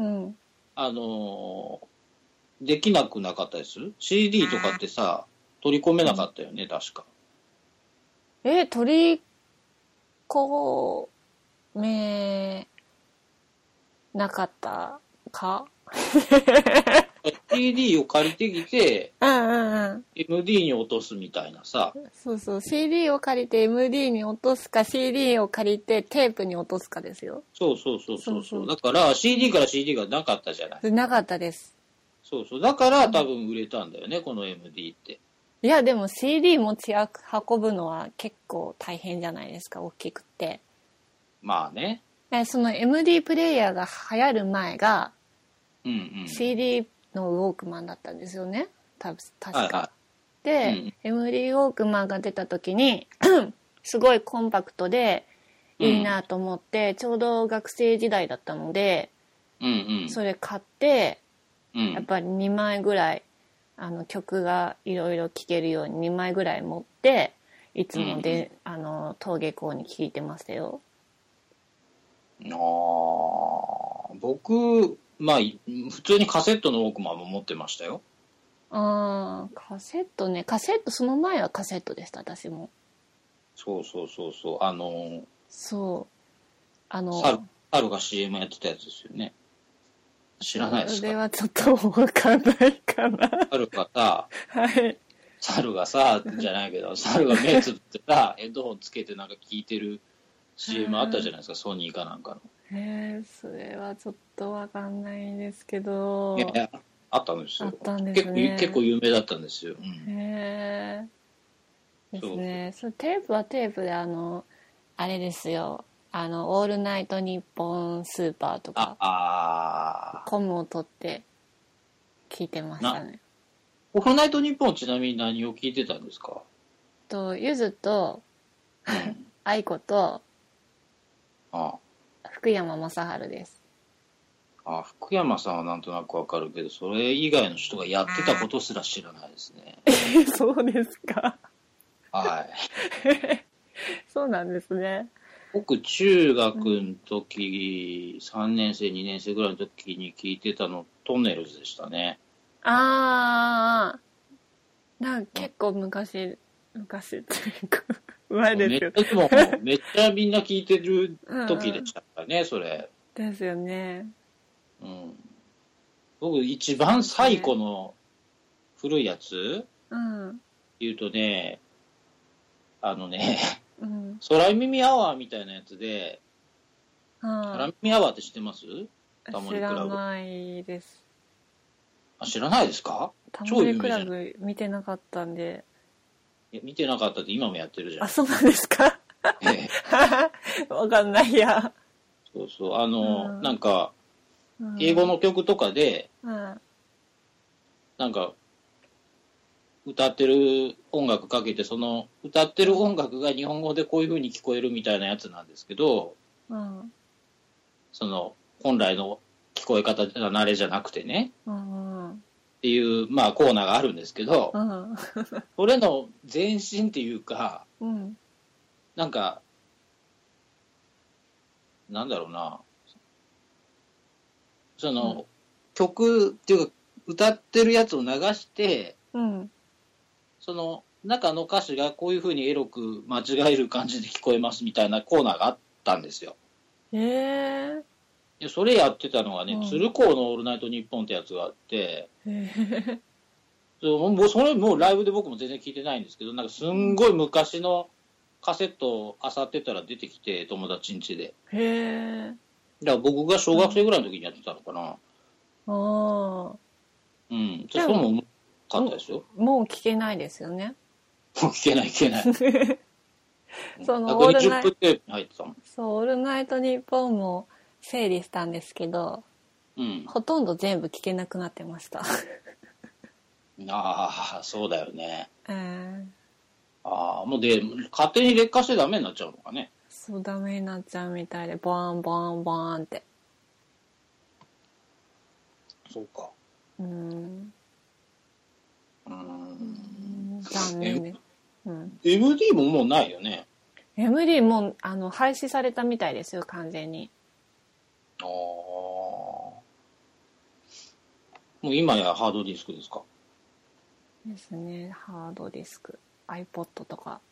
できなくなかったです ?CD とかってさ、取り込めなかったよね、確か。 取り込めなかったか CD を借りてきて、MD に落とすみたいなさ。 そうそう、CD を借りて MD に落とすか、CD を借りてテープに落とすかですよ。 そう。だから CD から CD がなかったじゃない。 なかったです。 そう。だから多分売れたんだよね、この MD って。 いや、でも CD 持ち運ぶのは結構大変じゃないですか、大きくて。 まあね。 その MD プレイヤーが流行る前が、CD のウォークマンだったんですよね、確か。で、MD ウォークマンが出た時にすごいコンパクトでいいなと思って、ちょうど学生時代だったので、それ買って、やっぱり2枚ぐらい曲がいろいろ聴けるように2枚ぐらい持っていつもで、登下校に聴いてましたよ。 僕まあ普通にカセットのウォークマンも持ってましたよ。 カセットね。その前はカセットでした、私も。 そう。 そう。 猿が CM やってたやつですよね。 知らないですか？ それはちょっとわかんないかな。 猿がさ、 はい。 猿がさ、じゃないけど、猿が目つぶってさ、ヘッドホンつけてなんか聞いてる CM あったじゃないですか、ソニーかなんかの。 それはちょっとわかんないですけど。 いや、あったんですよ。 あったんですね。 結構有名だったんですよ。 ですね。そう、テープはテープであれですよ。オールナイトニッポンスーパーとか、コムを取って聞いてましたね。 オールナイトニッポンちなみに何を聞いてたんですか？ ゆずと、愛子と、福山雅治です。 福山さんはなんとなくわかるけど、それ以外の人がやってたことすら知らないですね。 そうですか。 はい。 そうなんですね。 僕、中学の時、3年生、2年生ぐらいの時に聞いてたの、トンネルズでしたね。 なんか結構昔っていうか、前ですよ。 でも、めっちゃみんな聞いてる時でしたからね、それ。 ですよね。 僕、一番最古の古いやつ、言うとね、空耳アワーみたいなやつで、空耳アワーって知ってます？タモリクラブ。 知らないです。 知らないですか？ タモリクラブ見てなかったんで。 いや、見てなかったって今もやってるじゃん。 そうなんですか？わかんないや。 そうそう、なんか、英語の曲とかで、なんか、歌ってる音楽かけて、その歌ってる音楽が日本語でこういう風に聞こえるみたいなやつなんですけど、その本来の聞こえ方慣れじゃなくてね、っていうコーナーがあるんですけど、それの前身っていうか、なんかなんだろうな、その、曲っていうか歌ってるやつを流して、その中の歌詞がこういう風にエロく間違える感じで聞こえますみたいなコーナーがあったんですよ。それやってたのがね、鶴光のオールナイトニッポンってやつがあって、それもうライブで僕も全然聞いてないんですけど、なんかすんごい昔のカセットを漁ってたら出てきて、友達ん家で。だから僕が小学生ぐらいの時にやってたのかな。それもうまかったですよ。 もう聞けないですよね。 もう聞けないそのオールナイトテープに入ってたもん。 そう、オールナイトニッポンも整理したんですけど、ほとんど全部聞けなくなってました。 そうだよね。もう勝手に劣化してダメになっちゃうのかね。 そう、ダメになっちゃうみたいで、ボーンボーンボーンって。 そうか。 残念です。 MD ももうないよね。 MD も廃止されたみたいですよ、完全に。 もう今やハードディスクですか？ ですね、ハードディスク、iPod とか。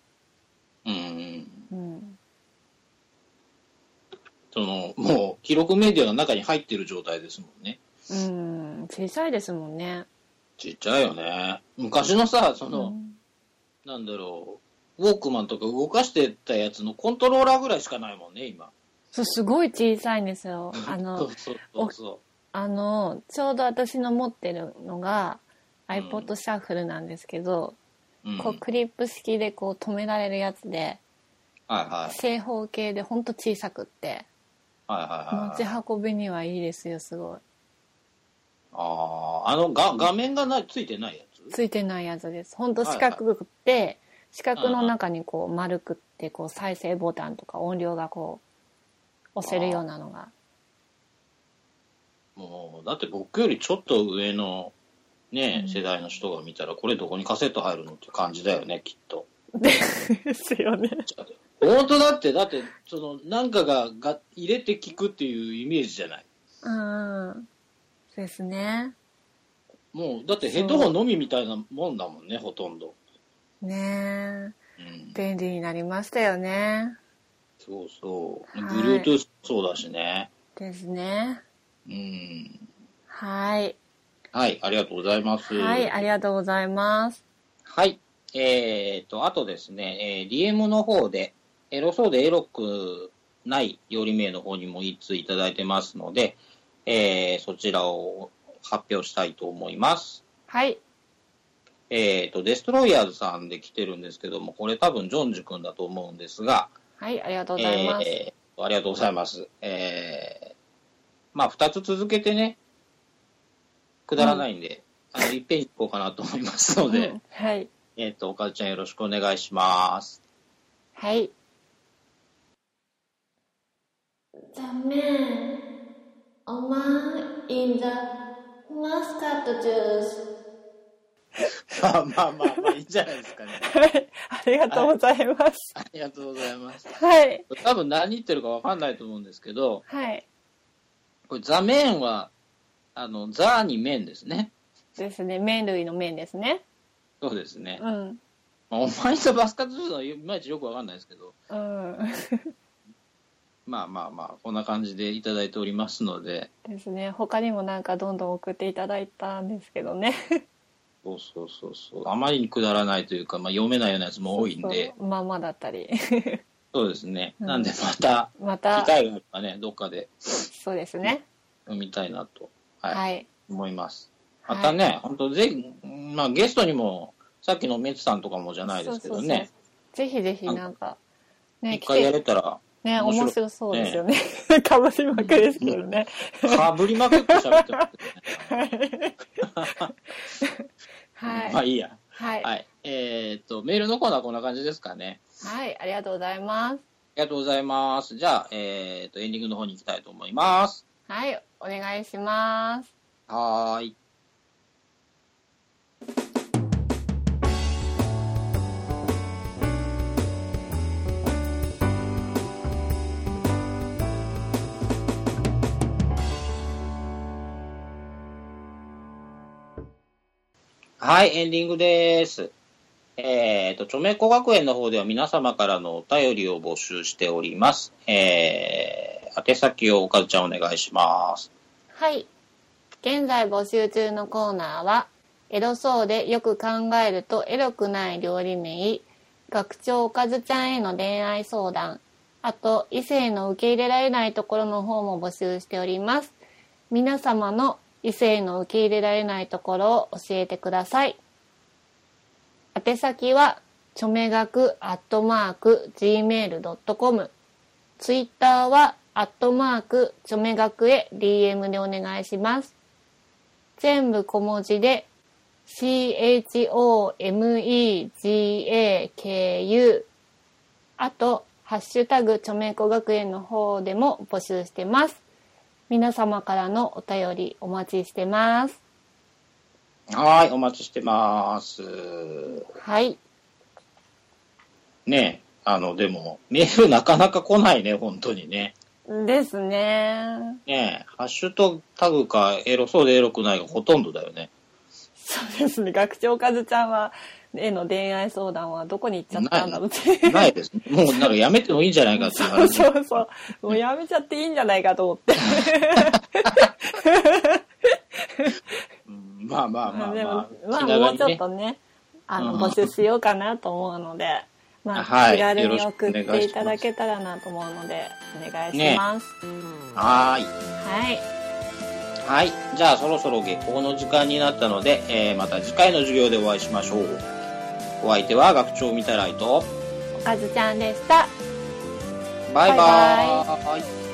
もう記録メディアの中に入ってる状態ですもんね。 小さいですもんね。 ちっちゃいよね。昔のさ、なんだろう、ウォークマンとか動かしてたやつのコントローラーぐらいしかないもんね、今。 そう、すごい小さいんですよ。ちょうど私の持ってるのが iPod シャッフルなんですけど、こうクリップ式でこう止められるやつで、正方形でほんと小さくって、持ち運びにはいいですよ、すごい。 画面がついてないやつ？ ついてないやつです。ほんと四角くって、四角の中にこう丸くってこう再生ボタンとか音量がこう押せるようなのが。 もうだって僕よりちょっと上のね、世代の人が見たらこれどこにカセット入るのって感じだよね、きっと。 ですよね。 本当だってそのなんかが入れて聞くっていうイメージじゃない。 ですね。 もうだってヘッドホンのみみたいなもんだもんね、ほとんど。 ねえ、便利になりましたよね。 そうそう。Bluetooth そうだしね。 ですね。 はい。 はい、ありがとうございます。 はい、ありがとうございます。 はい。あとですね、DM の方で、エロそうでエロくない料理名の方にも一通いただいてますので、そちらを発表したいと思います。 はい。 デストロイヤーズさんで来てるんですけども、これ多分ジョンジュ君だと思うんですが、 はい、ありがとうございます。 ありがとうございます。まあ、2つ続けてね、くだらないんで、いっぺんに行こうかなと思いますので、 はい。 おかずちゃんよろしくお願いします。 はい。The man, a man in the muscat juice. まあ、いいんじゃないですかね。 はい。ありがとうございます。 ありがとうございます。 はい。 多分何言ってるか分かんないと思うんですけど、 はい。 これ、ザ・麺は、ザに麺ですね。 ですね。麺類の麺ですね。 そうですね。 うん。 まあ、お前とバスカットジュースはいまいちよく分かんないですけど、 うん。 まあ、こんな感じでいただいておりますので。 ですね。他にもなんかどんどん送っていただいたんですけどね。 そう。あまりにくだらないというか、まあ、読めないようなやつも多いんで。 そうまあまあだったり。 そうですね。なんでまた機会があればね、どっかで。 そうですね。 読みたいなと、 はい。 思います。またね、はい、本当ぜひ、まあゲストにも、さっきのメツさんとかもじゃないですけどね。 ぜひぜひなんか、 ね、一回やれたら。 ね、面白そうですよね。かぶりまくですけどね。 かぶりまくって喋ってますね。 はい。 まあいいや。 はい。 メールのコーナーはこんな感じですかね。 はい、ありがとうございます。ありがとうございます。じゃあ、エンディングの方に行きたいと思います。 はい、お願いします。 はーい。はい、エンディングです。著名工学園の方では皆様からのお便りを募集しております。宛先をおかずちゃんお願いします。 はい。現在募集中のコーナーは、エロそうでよく考えるとエロくない料理名、学長おかずちゃんへの恋愛相談、あと異性の受け入れられないところの方も募集しております。皆様の異性の受け入れられないところを教えてください。宛先はちょめがく@gmail.com、 ツイッターはちょめがくへ DM でお願いします。全部小文字で CHOMEGAKU、 あとハッシュタグちょめこ学園の方でも募集してます。皆様からのお便りお待ちしてます。 はい、お待ちしてます。 はい。 ねえ、でも、メールなかなか来ないね、本当にね。 ですね。 ねえ、ハッシュタグかエロそうでエロくないがほとんどだよね。 そうですね。学長かずちゃんは、への恋愛相談はどこに行っちゃったんだろうって。 ないです。もうなんかやめてもいいんじゃないかっていう話。 そう。もうやめちゃっていいんじゃないかと思って。 まあ。 でも、まあもうちょっとね、募集しようかなと思うので、まあ、気軽に送っていただけたらなと思うので、お願いします。 はい。 はい。 じゃあそろそろ下校の時間になったので、また次回の授業でお会いしましょう。お相手は学長みたらいとおかずちゃんでした。 バイバーイ。